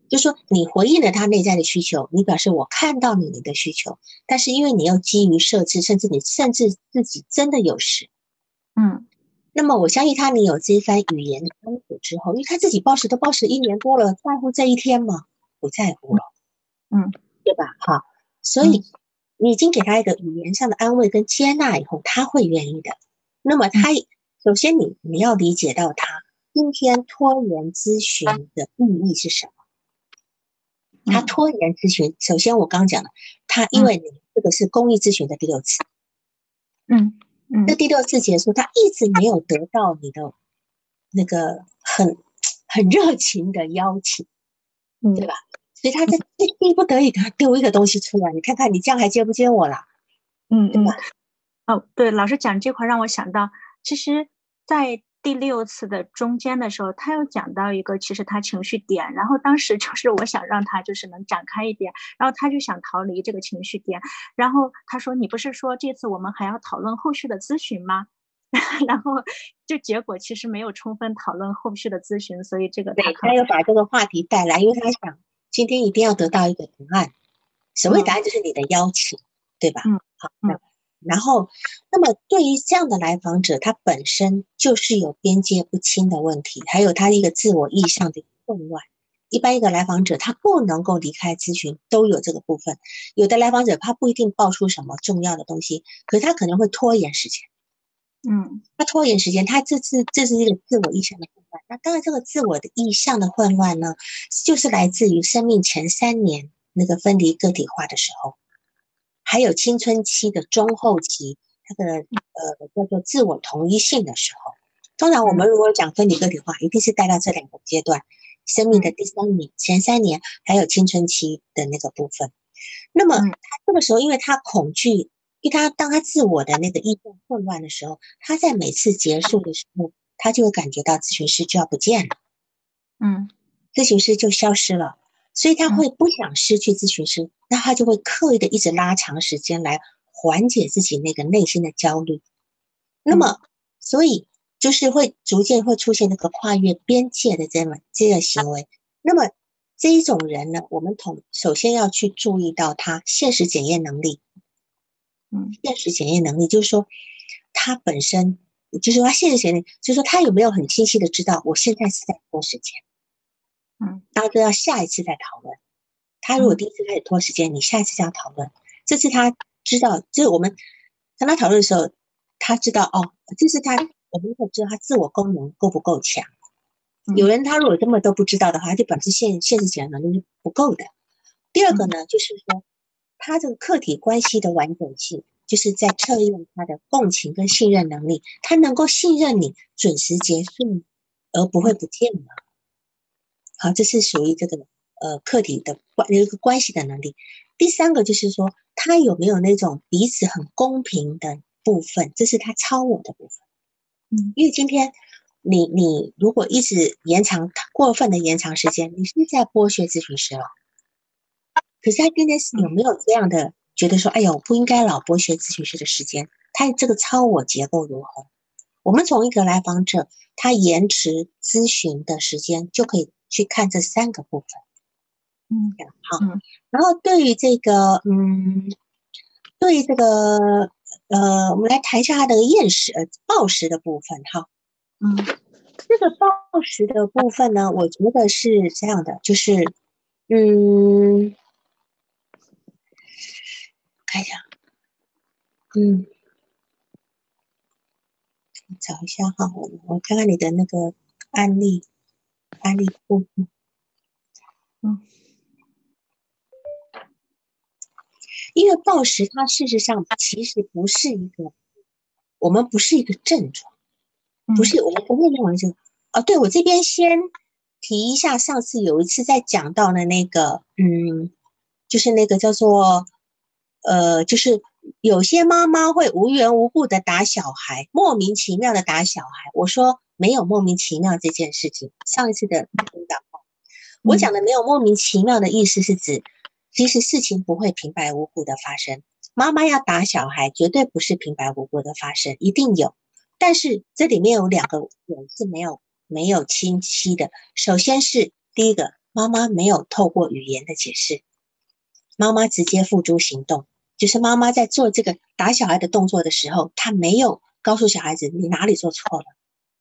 就说你回应了他内在的需求，你表示我看到你的需求，但是因为你又基于设置，甚至自己真的有事，那么我相信他，你有这一番语言的安抚之后，因为他自己暴食都暴食1年多了，在乎这一天吗？不在乎了，对吧？好，所以你已经给他一个语言上的安慰跟接纳以后，他会愿意的。那么首先你要理解到他今天拖延咨询的意义是什么？他拖延咨询，首先我刚刚讲了，他因为你这个是公益咨询的第6次，这第6次结束，他一直没有得到你的那个很热情的邀请，对吧？所以他在逼不得已给他丢一个东西出来，你看看你这样还接不接我啦？对吧？ 对，老师讲这块让我想到，其实在第6次的中间的时候，他有讲到一个其实他情绪点，然后当时就是我想让他就是能展开一点，然后他就想逃离这个情绪点，然后他说你不是说这次我们还要讨论后续的咨询吗？然后就结果其实没有充分讨论后续的咨询，所以这个他又把这个话题带来，因为他想今天一定要得到一个答案，所谓答案就是你的邀请，对吧？好，然后，那么对于这样的来访者，他本身就是有边界不清的问题，还有他一个自我意向的混乱。一般一个来访者，他不能够离开咨询，都有这个部分。有的来访者他不一定爆出什么重要的东西，可是他可能会拖延时间。他拖延时间，他这是一个自我意向的混乱。那当然，这个自我的意向的混乱呢，就是来自于生命前3年那个分离个体化的时候。还有青春期的中后期，它的叫做自我同一性的时候，通常我们如果讲分离个体化，一定是带到这2个阶段，生命的第3年、前3年，还有青春期的那个部分。那么他这个时候，因为他恐惧，因为当他自我的那个意向混乱的时候，他在每次结束的时候，他就会感觉到咨询师就要不见了，咨询师就消失了。所以他会不想失去咨询师，那他就会刻意的一直拉长时间来缓解自己那个内心的焦虑。那么，所以就是会逐渐会出现那个跨越边界的这个行为。那么这一种人呢，我们首先要去注意到他现实检验能力。现实检验能力就是说，他本身就是说他现实检验，就是说他有没有很清晰的知道我现在是在拖时间。大家都要下一次再讨论。他如果第一次开始拖时间，你下一次就要讨论。这次他知道，就是我们跟他讨论的时候，他知道这是我们会知道他自我功能够不够强。有人他如果根本都不知道的话，他就表示现实检验能力是不够的。第二个呢，就是说他这个客体关系的完整性，就是在测验他的共情跟信任能力，他能够信任你准时结束，而不会不见了。好，这是属于这个客体的一个关系的能力。第3个就是说，他有没有那种彼此很公平的部分，这是他超我的部分。因为今天你如果一直过分的延长时间，你是在剥削咨询师了。可是他今天有没有这样的觉得说，哎呦，我不应该老剥削咨询师的时间？他这个超我结构如何？我们从一个来访者他延迟咨询的时间就可以去看这3个部分。好。然后对于这个我们来谈一下他的暴食的部分哈。这个暴食的部分呢，我觉得是这样的，就是看一下，找一下哈，我看看你的那个案例部分。因为暴食它事实上其实不是一个，我们不是一个症状，不是我们不会认为是对，我这边先提一下，上次有一次在讲到的那个就是那个叫做就是有些妈妈会无缘无故的打小孩，莫名其妙的打小孩。我说没有莫名其妙这件事情。上一次的引导，我讲的没有莫名其妙的意思是指，其实事情不会平白无故的发生。妈妈要打小孩，绝对不是平白无故的发生，一定有。但是这里面有2个点是没有清晰的。首先是第一个， 妈妈没有透过语言的解释，妈妈直接付诸行动，就是妈妈在做这个打小孩的动作的时候，她没有告诉小孩子你哪里做错了。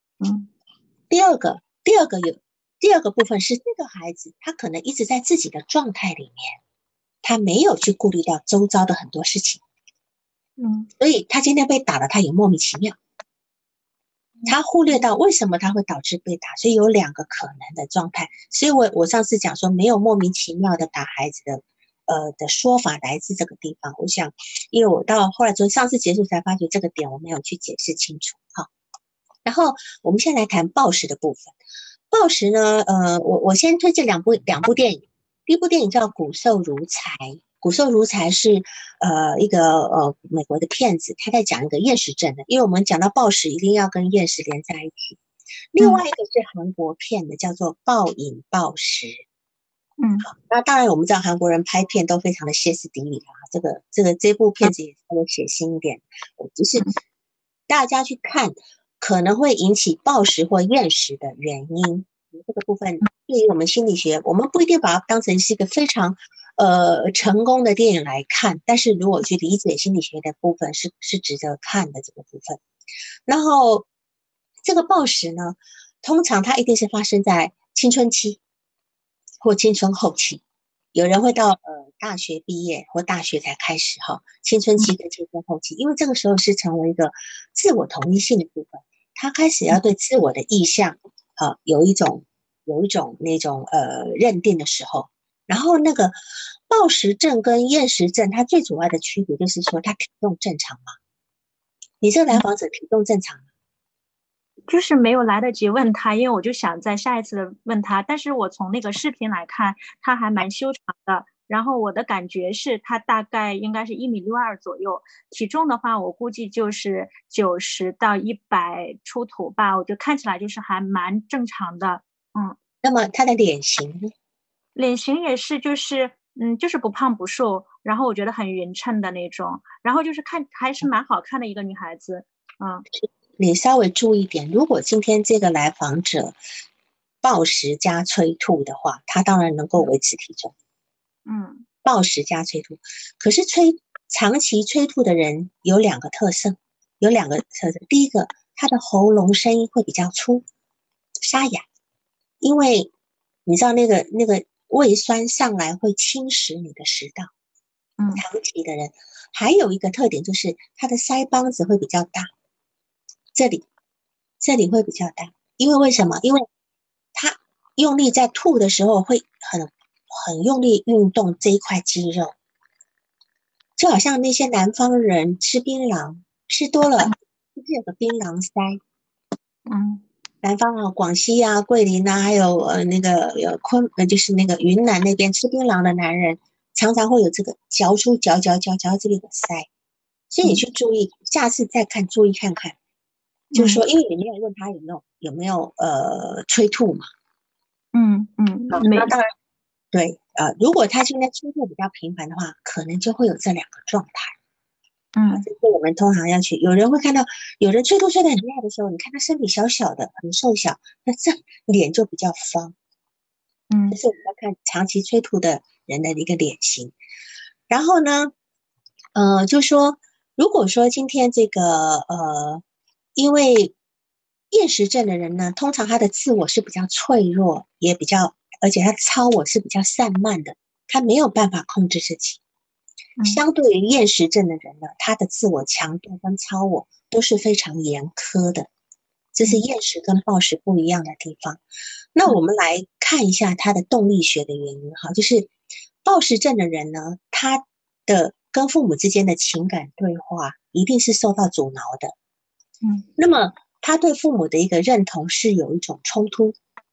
第二个部分是这个孩子他可能一直在自己的状态里面，他没有去顾虑到周遭的很多事情，所以他今天被打了，他也莫名其妙，他忽略到为什么他会导致被打，所以有2个可能的状态。所以我上次讲说没有莫名其妙的打孩子的说法来自这个地方。我想因为我到后来从上次结束才发觉这个点我没有去解释清楚。好，然后我们现在来谈暴食的部分。暴食呢我先推荐两部电影。第一部电影叫骨瘦如柴，骨瘦如柴是一个美国的片子，他在讲一个厌食症的，因为我们讲到暴食一定要跟厌食连在一起。另外一个是韩国片的，叫做暴饮暴食。那当然我们知道韩国人拍片都非常的歇斯底里啊，这部片子也稍微血腥一点，就是大家去看可能会引起暴食或厌食的原因。这个部分对于我们心理学，我们不一定把它当成是一个非常成功的电影来看，但是如果去理解心理学的部分是值得看的这个部分。然后这个暴食呢，通常它一定是发生在青春期或青春后期，有人会到大学毕业或大学才开始青春期跟青春后期，因为这个时候是成为一个自我同一性的部分，他开始要对自我的意向有一种那种认定的时候。然后那个暴食症跟厌食症它最主要的区别就是说他体重正常吗？你这个来访者体重正常吗？ 就是没有来得及问他，因为我就想在下一次问他，但是我从那个视频来看他还蛮修长的，然后我的感觉是他大概应该是1.62米左右，体重的话我估计就是90到100出头吧，我觉得看起来就是还蛮正常的。 那么他的脸型呢？ 脸型也是就是就是不胖不瘦，然后我觉得很匀称的那种，然后就是看还是蛮好看的一个女孩子。 你稍微注意点，如果今天这个来访者暴食加催吐的话，他当然能够维持体重。暴食加催吐，可是长期催吐的人有2个特色，第一个，他的喉咙声音会比较粗沙哑，因为你知道那个胃酸上来会侵蚀你的食道。长期的人还有一个特点就是他的腮帮子会比较大，这里会比较大，因为为什么？因为他用力在吐的时候会很用力运动这一块肌肉，就好像那些南方人吃槟榔吃多了就是有个槟榔腮。南方广西桂林还有那个就是那个云南那边吃槟榔的男人常常会有这个嚼这里的腮。所以你去注意，下次再看注意看看，就是说因为你没有问他有没有催吐嘛。那当然对如果他现在催吐比较频繁的话，可能就会有这2个状态。这是我们通常要去，有人会看到有人催吐催得很厉害的时候，你看他身体小小的很瘦小，那这脸就比较方。这是我们要看长期催吐的人的一个脸型。然后呢就说如果说今天这个因为厌食症的人呢，通常他的自我是比较脆弱，也比较，而且他的超我是比较散漫的，他没有办法控制自己。相对于厌食症的人呢，他的自我强度跟超我都是非常严苛的，这是厌食跟暴食不一样的地方。那我们来看一下他的动力学的原因就是暴食症的人呢，他的跟父母之间的情感对话一定是受到阻挠的。那么他对父母的一个认同是有一种冲突，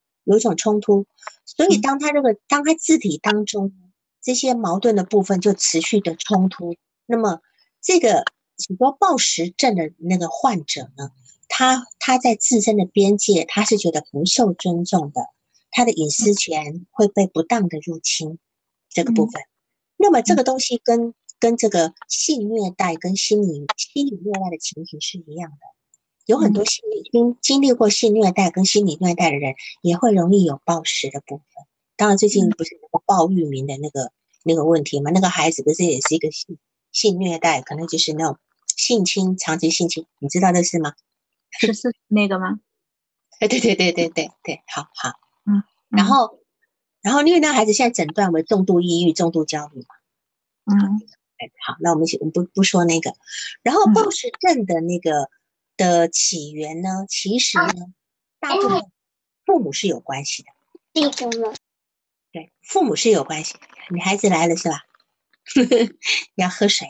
所以当他字体当中这些矛盾的部分就持续的冲突，那么这个许多暴食症的那个患者呢，他在自身的边界他是觉得不受尊重的，他的隐私权会被不当的入侵这个部分。那么这个东西跟这个性虐待跟心理虐待的情形是一样的，有很多经历过性虐待跟心理虐待的人也会容易有暴食的部分。 当然最近不是那个鲍玉明的那个问题嘛，那个孩子不是也是一个性虐待，可能就是那种性侵，长期性侵，你知道这事吗 14那个吗？ 对，好。 嗯然后因为那孩子现在诊断为重度抑郁、重度焦虑嘛。好，那我们不说那个。然后暴食症的的起源呢，其实呢，大部分父母是有关系的。对，父母是有关系的。你孩子来了是吧？你要喝水。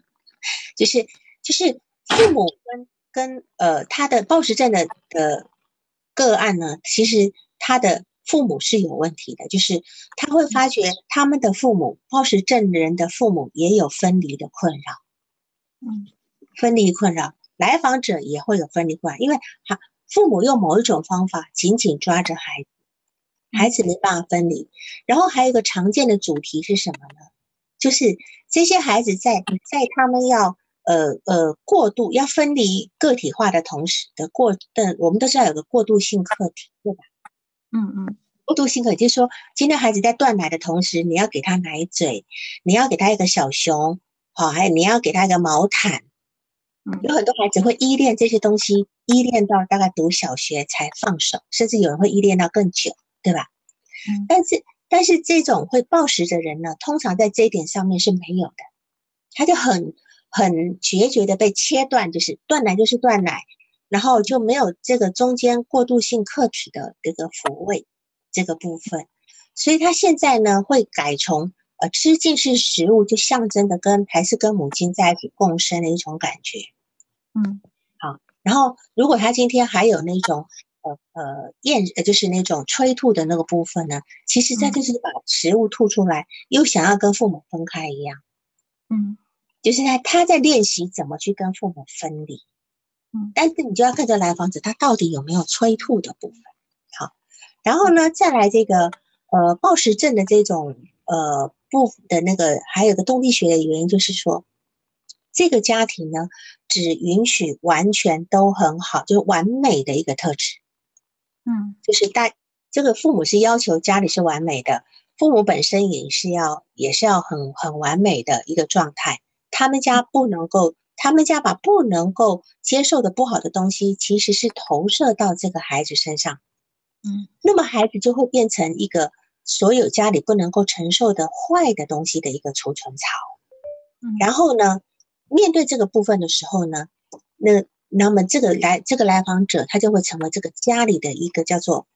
就是父母跟他的暴食症的个案呢，其实他的父母是有问题的，就是他会发觉他们的父母，暴食症人的父母也有分离的困扰。分离困扰，来访者也会有分离困扰，因为父母用某一种方法紧紧抓着孩子，孩子没办法分离。然后还有一个常见的主题是什么呢？就是这些孩子在他们要过度要分离个体化的同时我们都知道有个过渡性课题，对吧？过渡性课题就是说，今天孩子在断奶的同时，你要给他奶嘴，你要给他一个小熊，还有你要给他一个毛毯。有很多孩子会依恋这些东西，依恋到大概读小学才放手，甚至有人会依恋到更久，对吧？但是这种会暴食的人呢，通常在这一点上面是没有的，他就很决绝的被切断，就是断奶就是断奶，然后就没有这个中间过渡性客体的这个抚慰这个部分，所以他现在呢会改从吃进式食物，就象征的还是跟母亲在一起共生的一种感觉。好，然后如果他今天还有那种就是那种催吐的那个部分呢，其实他就是把食物吐出来，又想要跟父母分开一样。就是他在练习怎么去跟父母分离。但是你就要看这来访者他到底有没有催吐的部分。好，然后呢，再来这个暴食症的这种部分的那个，还有个动力学的原因，就是说这个家庭呢，只允许完全都很好，就是完美的一个特质。就是这个父母是要求家里是完美的，父母本身也是要很完美的一个状态。他们家把不能够接受的不好的东西，其实是投射到这个孩子身上。那么孩子就会变成一个所有家里不能够承受的坏的东西的一个储存槽。然后呢，面对这个部分的时候呢，那么这个来访者他就会成为这个家里的一个叫做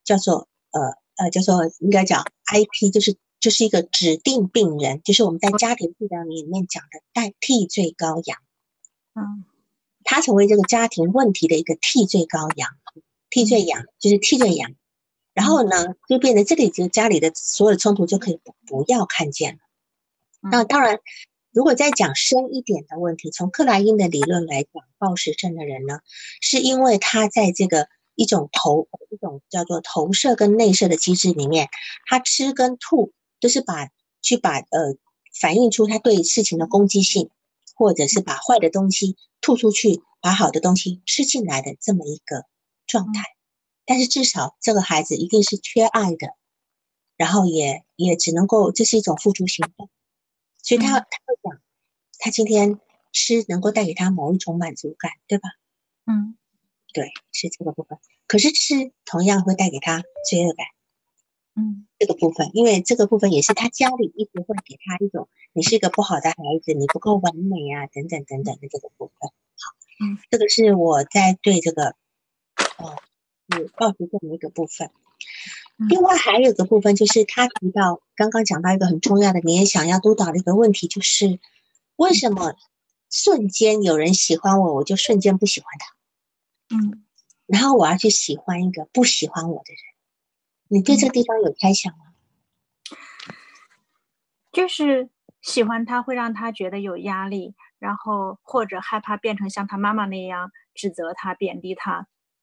应该讲 IP，就是一个指定病人，就是我们在家庭治疗里面讲的替罪羔羊。他成为这个家庭问题的一个替罪羔羊，替罪羊就是替罪羊。然后呢，就变成这里就家里的所有冲突就可以不要看见了。那当然，如果再讲深一点的问题，从克莱因的理论来讲，暴食症的人呢，是因为他在这个一种叫做投射跟内射的机制里面，他吃跟吐都是反映出他对事情的攻击性，或者是把坏的东西吐出去，把好的东西吃进来的这么一个状态。但是至少这个孩子一定是缺爱的，然后也只能够这是一种付诸行动。所以他会讲，他今天吃能够带给他某一种满足感，对吧？对，是这个部分。可是吃同样会带给他罪恶感。这个部分，因为这个部分也是他家里一直会给他一种你是一个不好的孩子，你不够完美啊，等等等等的这个部分。好，这个是我在对这个暴食症的一个部分。另外还有一个部分就是他提到刚刚讲到一个很重要的，你也想要督导的一个问题，就是为什么瞬间有人喜欢我，我就瞬间不喜欢他。然后我要去喜欢一个不喜欢我的人。你对这个地方有猜想吗？ 就是喜欢他会让他觉得有压力，然后或者害怕变成像他妈妈那样指责他、贬低他。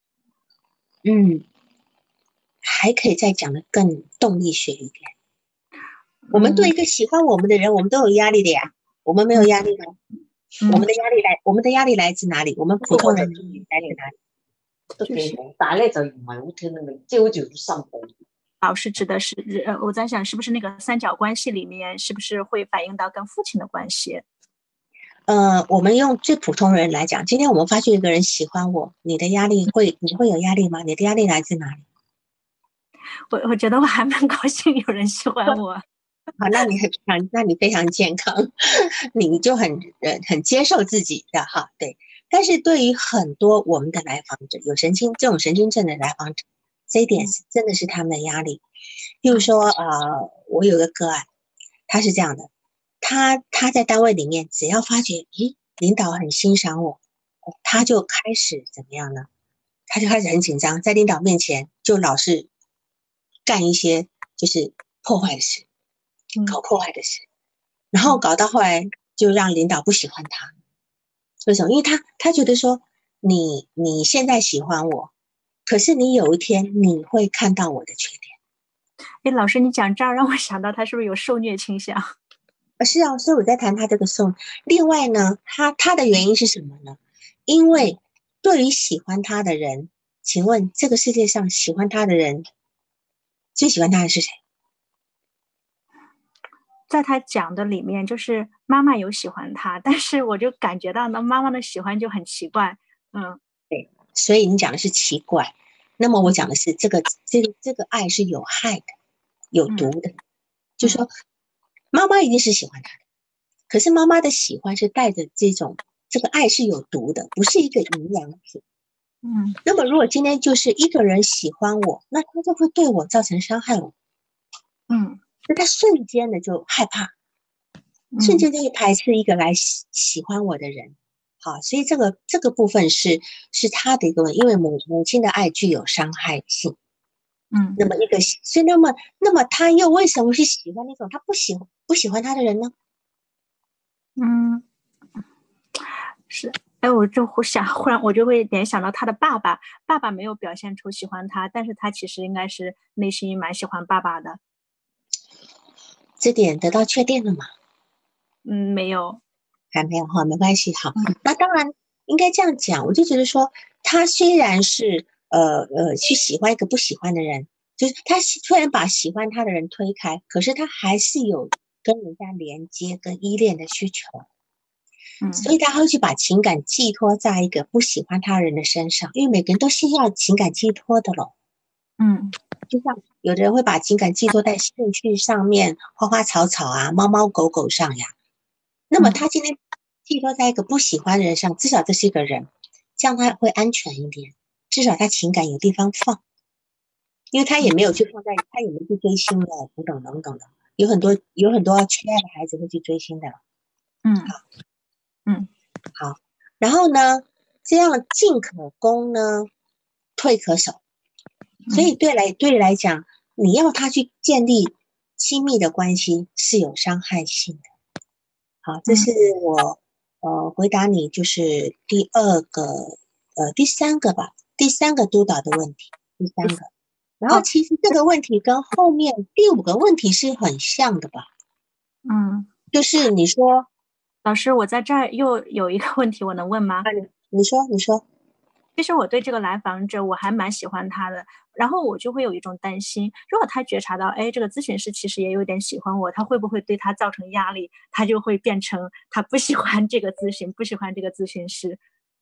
还可以再讲的更动力学一点。我们对一个喜欢我们的人，我们都有压力的呀。我们没有压力吗？我们的压力来自哪里？我们普通人来自哪里？ 都幾好，但係咧就唔係好聽得明，即係好似好心痛。 老是指的是我在想是不是那个三角关系里面是不是会反映到跟父亲的关系？ 我们用最普通人来讲，今天我们发现一个人喜欢我，你会有压力吗？你的压力来自哪里？ 我觉得我还蛮高兴有人喜欢我。 好，那你非常健康，你就很接受自己的哈，对。但是对于很多我们的来访者，有这种神经症的来访者，这一点真的是他们的压力。比如说我有个个案，他是这样的，他在单位里面，只要发觉，咦，领导很欣赏我，他就开始怎么样呢？他就开始很紧张，在领导面前就老是干一些就是破坏的事，搞破坏的事，然后搞到后来就让领导不喜欢他。为什么？因为他觉得说你现在喜欢我，可是你有一天你会看到我的缺点。 哎，老师，你讲这儿让我想到他是不是有受虐倾向？ 是啊，所以我在谈他这个受。另外呢，他的原因是什么呢？因为对于喜欢他的人，请问这个世界上喜欢他的人，最喜欢他的是谁？ 在他讲的里面，就是妈妈有喜欢他，但是我就感觉到那妈妈的喜欢就很奇怪。 对，所以你讲的是奇怪，那么我讲的是这个爱是有害的，有毒的，就说妈妈一定是喜欢他的，可是妈妈的喜欢是带着这个爱是有毒的，不是一个营养品。那么如果今天就是一个人喜欢我，那他就会对我造成伤害我。那他瞬间的就害怕，瞬间就会排斥一个来喜欢我的人。好，所以这个部分是他的一个问题，因为母亲的爱具有伤害性。那么所以那么他又为什么是喜欢那种他不喜欢他的人呢？ 是，我就忽然我就会联想到他的爸爸，爸爸没有表现出喜欢他，但是他其实应该是内心蛮喜欢爸爸的。 这点得到确定了吗？ 没有， 还没有哈，没关系。好，那当然应该这样讲，我就觉得说，他虽然是去喜欢一个不喜欢的人，就是他虽然把喜欢他的人推开，可是他还是有跟人家连接跟依恋的需求。所以他会去把情感寄托在一个不喜欢他人的身上，因为每个人都需要情感寄托的咯。就像有的人会把情感寄托在兴趣上面，花花草草啊，猫猫狗狗上呀。那么他今天寄托在一个不喜欢的人上，至少这是一个人，这样他会安全一点，至少他情感有地方放，因为他也没有去放在，他也没去追星的，等等的，有很多缺爱的孩子会去追星的。好，然后呢，这样进可攻呢，退可守，所以对你来讲，你要他去建立亲密的关系是有伤害性的。好，这是我回答你就是第三个督导的问题，第三个。然后其实这个问题跟后面第5个问题是很像的吧？就是你说， 老师，我在这儿又有一个问题，我能问吗？ 你说。 其实我对这个来访者我还蛮喜欢他的，然后我就会有一种担心，如果他觉察到，这个咨询师其实也有点喜欢我，他会不会对他造成压力？他就会变成他不喜欢这个咨询，不喜欢这个咨询师。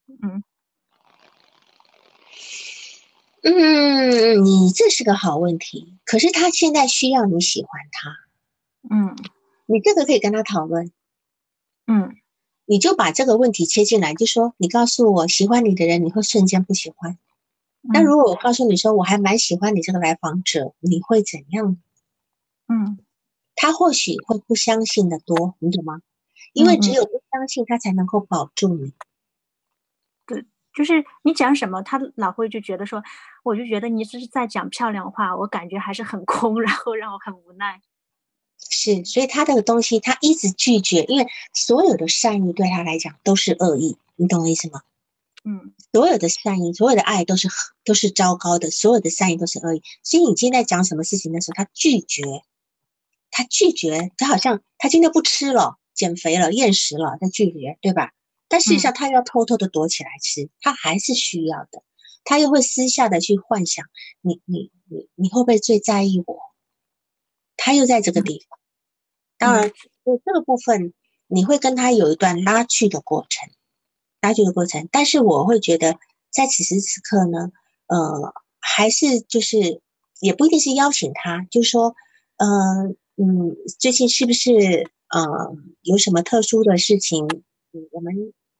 你这是个好问题，可是他现在需要你喜欢他，你这个可以跟他讨论，你就把这个问题切进来，就说你告诉我喜欢你的人，你会瞬间不喜欢。那如果我告诉你说我还蛮喜欢你这个来访者，你会怎样？他或许会不相信的多，你懂吗？因为只有不相信，他才能够保住你。 对，就是你讲什么，他老会就觉得说，我就觉得你只是在讲漂亮话，我感觉还是很空，然后让我很无奈。 是，所以他这个东西他一直拒绝，因为所有的善意对他来讲都是恶意，你懂我意思吗？所有的善意，所有的爱都是糟糕的，所有的善意都是恶意。所以你今天在讲什么事情的时候，他拒绝，他好像他今天不吃了，减肥了，厌食了，他拒绝，对吧？但事实上他要偷偷的躲起来吃，他还是需要的。 他又会私下的去幻想，你会不会最在意我？他又在这个地方。当然，这个部分你会跟他有一段拉锯的过程，但是我会觉得在此时此刻呢，还是就是也不一定是邀请他，就是说，最近是不是有什么特殊的事情？我们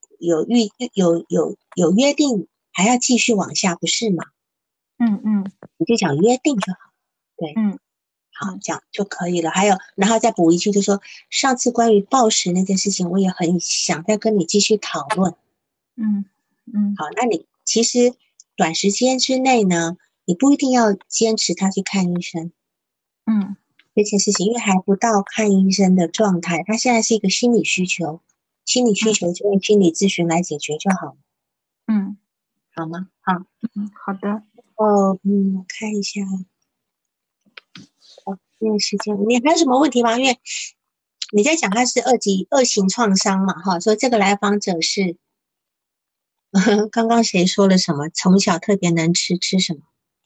有约定，还要继续往下，不是吗？你就讲约定就好，对，好，这样就可以了。还有，然后再补一句，就说上次关于暴食那件事情，我也很想再跟你继续讨论。好，那你其实短时间之内呢，你不一定要坚持他去看医生。这件事情，因为还不到看医生的状态，他现在是一个心理需求，心理需求就用心理咨询来解决就好了。好吗？好， 好的。 我看一下。因为时间，你还有什么问题吗？因为你在讲他是二型创伤嘛，哈，所以这个来访者是刚刚谁说了什么？从小特别能吃什么？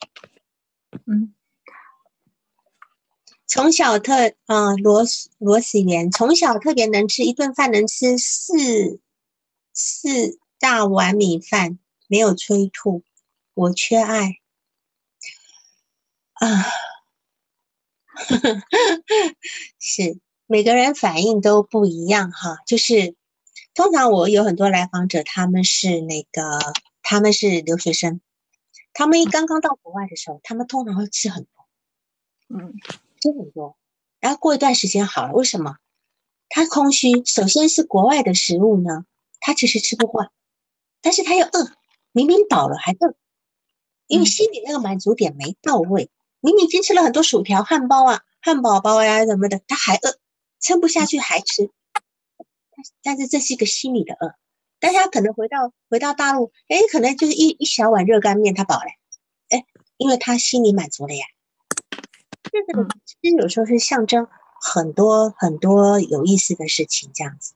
从小罗子源从小特别能吃，一顿饭能吃四大碗米饭，没有催吐。我缺爱啊。是每个人反应都不一样哈，就是通常我有很多来访者，他们是留学生，他们刚刚到国外的时候，他们通常会吃很多，吃很多，然后过一段时间好了，为什么？他空虚，首先是国外的食物呢，他其实吃不惯，但是他又饿，明明饱了还饿，因为心里那个满足点没到位，明明已经吃了很多薯条、汉堡包呀什么的，他还饿，撑不下去还吃，但是这是一个心理的饿，但是他可能回到大陆，可能就是一小碗热干面他饱了，因为他心里满足了呀。这个其实有时候是象征很多很多有意思的事情，这样子。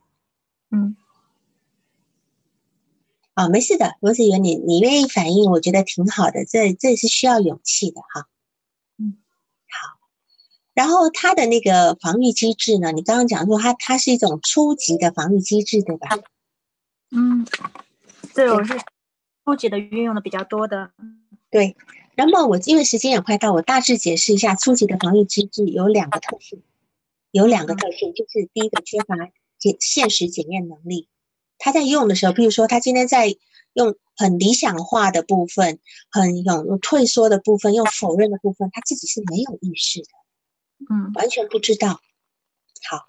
没事的，罗子源，你愿意反应，我觉得挺好的，这也是需要勇气的哈。好。然后他的那个防御机制呢？你刚刚讲说它是一种初级的防御机制，对吧？ 对，我是初级的运用的比较多的。 对，那么我因为时间也快到，我大致解释一下初级的防御机制有两个特性，就是第一个缺乏现实检验能力。他在用的时候，比如说他今天在用很理想化的部分，用退缩的部分，用否认的部分，他自己是没有意识的。完全不知道。好，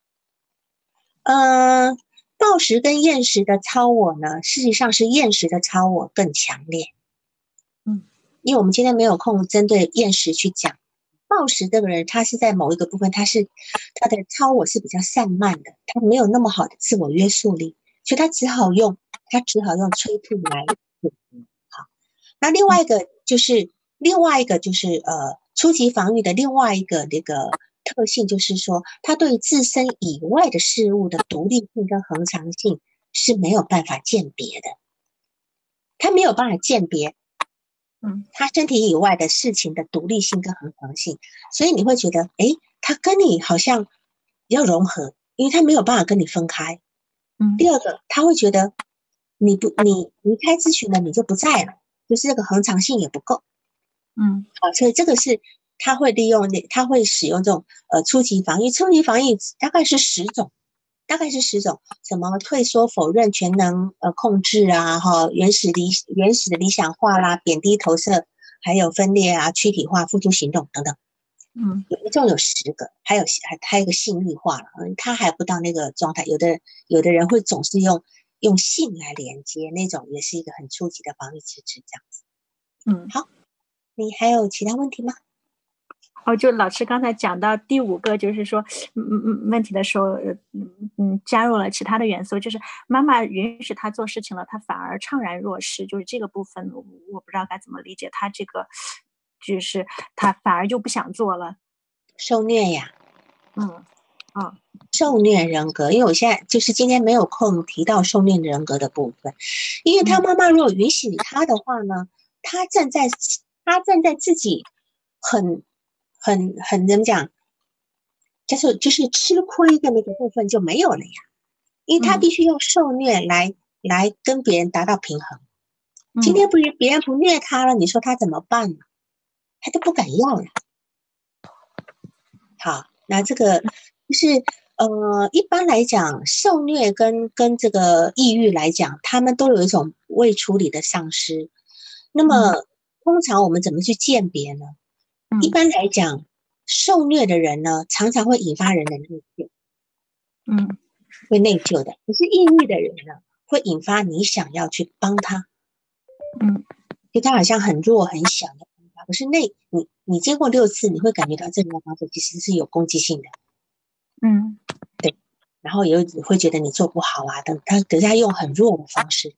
暴食跟厌食的超我呢，事实上是厌食的超我更强烈。因为我们今天没有空针对厌食去讲，暴食这个人他是在某一个部分，他的超我是比较散漫的，他没有那么好的自我约束力，所以他只好用催吐来。好，那另外一个就是初级防御的另外一个那个特性，就是说他对自身以外的事物的独立性跟恒常性是没有办法鉴别的，他没有办法鉴别他身体以外的事情的独立性跟恒常性，所以你会觉得他跟你好像要融合，因为他没有办法跟你分开。第二个，他会觉得你离开咨询了，你就不在了，就是这个恒常性也不够。好，所以这个是他会使用这种初级防御大概是10种，什么退缩、否认、全能控制啊，原始的理想化啦，贬低投射，还有分裂啊，躯体化、付诸行动等等。一共有10个，还有一个性欲化了，他还不到那个状态。有的人会总是用性来连接，那种也是一个很初级的防御机制，这样子。好，你还有其他问题吗？ 就老师刚才讲到第5个，就是说，问题的时候，加入了其他的元素，就是妈妈允许他做事情了，他反而怅然若失，就是这个部分，我不知道该怎么理解他这个，就是他反而就不想做了， 受虐呀。受虐人格，因为我现在就是今天没有空提到受虐人格的部分，因为他妈妈如果允许他的话呢， 他站在自己很怎么讲，就是吃亏的那个部分就没有了呀，因为他必须用受虐来跟别人达到平衡。今天别人不虐他了，你说他怎么办呢？他都不敢要了。好，那这个就是一般来讲，受虐跟这个抑郁来讲，他们都有一种未处理的丧失。那么通常我们怎么去鉴别呢？一般来讲，受虐的人呢，常常会引发人的内疚，会内疚的。可是抑郁的人呢，会引发你想要去帮他，就他好像很弱很小的帮他，可是你经过6次，你会感觉到这个方式其实是有攻击性的，对，然后也会觉得你做不好啊，可是他用很弱的方式，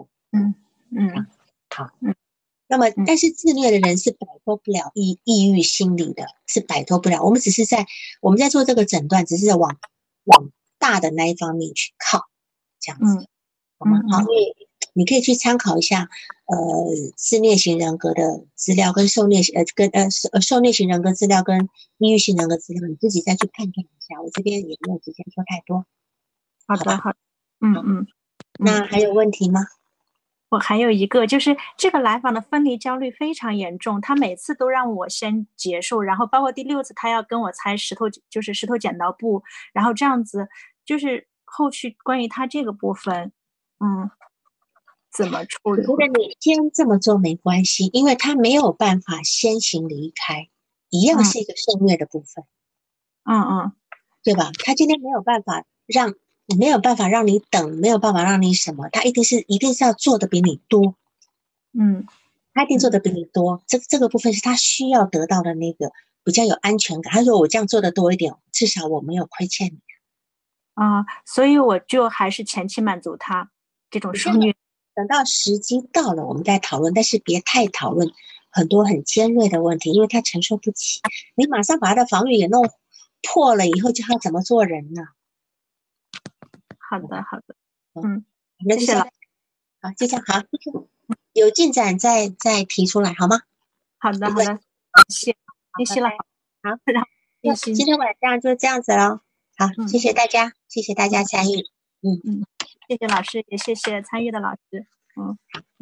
好。那么，但是自虐的人是摆脱不了抑郁心理的，是摆脱不了。我们在做这个诊断，只是在往大的那一方面去靠，这样子，好吗？好，因为你可以去参考一下，自虐型人格的资料跟受虐型人格资料跟抑郁型人格资料，你自己再去判断一下。我这边也没有时间说太多。 好的，好， 那还有问题吗？ 我还有一个，就是这个来访的分离焦虑非常严重，他每次都让我先结束，然后包括第6次他要跟我猜石头剪刀布，然后这样子就是后续关于他这个部分，怎么处理？ 我觉得你先这么做没关系，因为他没有办法先行离开，一样是一个受虐的部分，对吧？他今天没有办法让你等，没有办法让你什么，他一定是要做的比你多，他一定做的比你多，这个部分是他需要得到的那个比较有安全感。他说我这样做的多一点，至少我没有亏欠你。 所以我就还是前期满足他这种受虐， 等到时机到了，我们再讨论，但是别太讨论很多很尖锐的问题，因为他承受不起。你马上把他的防御也弄破了以后，叫他怎么做人呢？ 好的， 谢谢了。好，就这样，好，有进展再提出来好吗？ 好的，谢谢了。 好，今天晚上就这样子咯。好，谢谢大家参与。 谢谢老师，也谢谢参与的老师。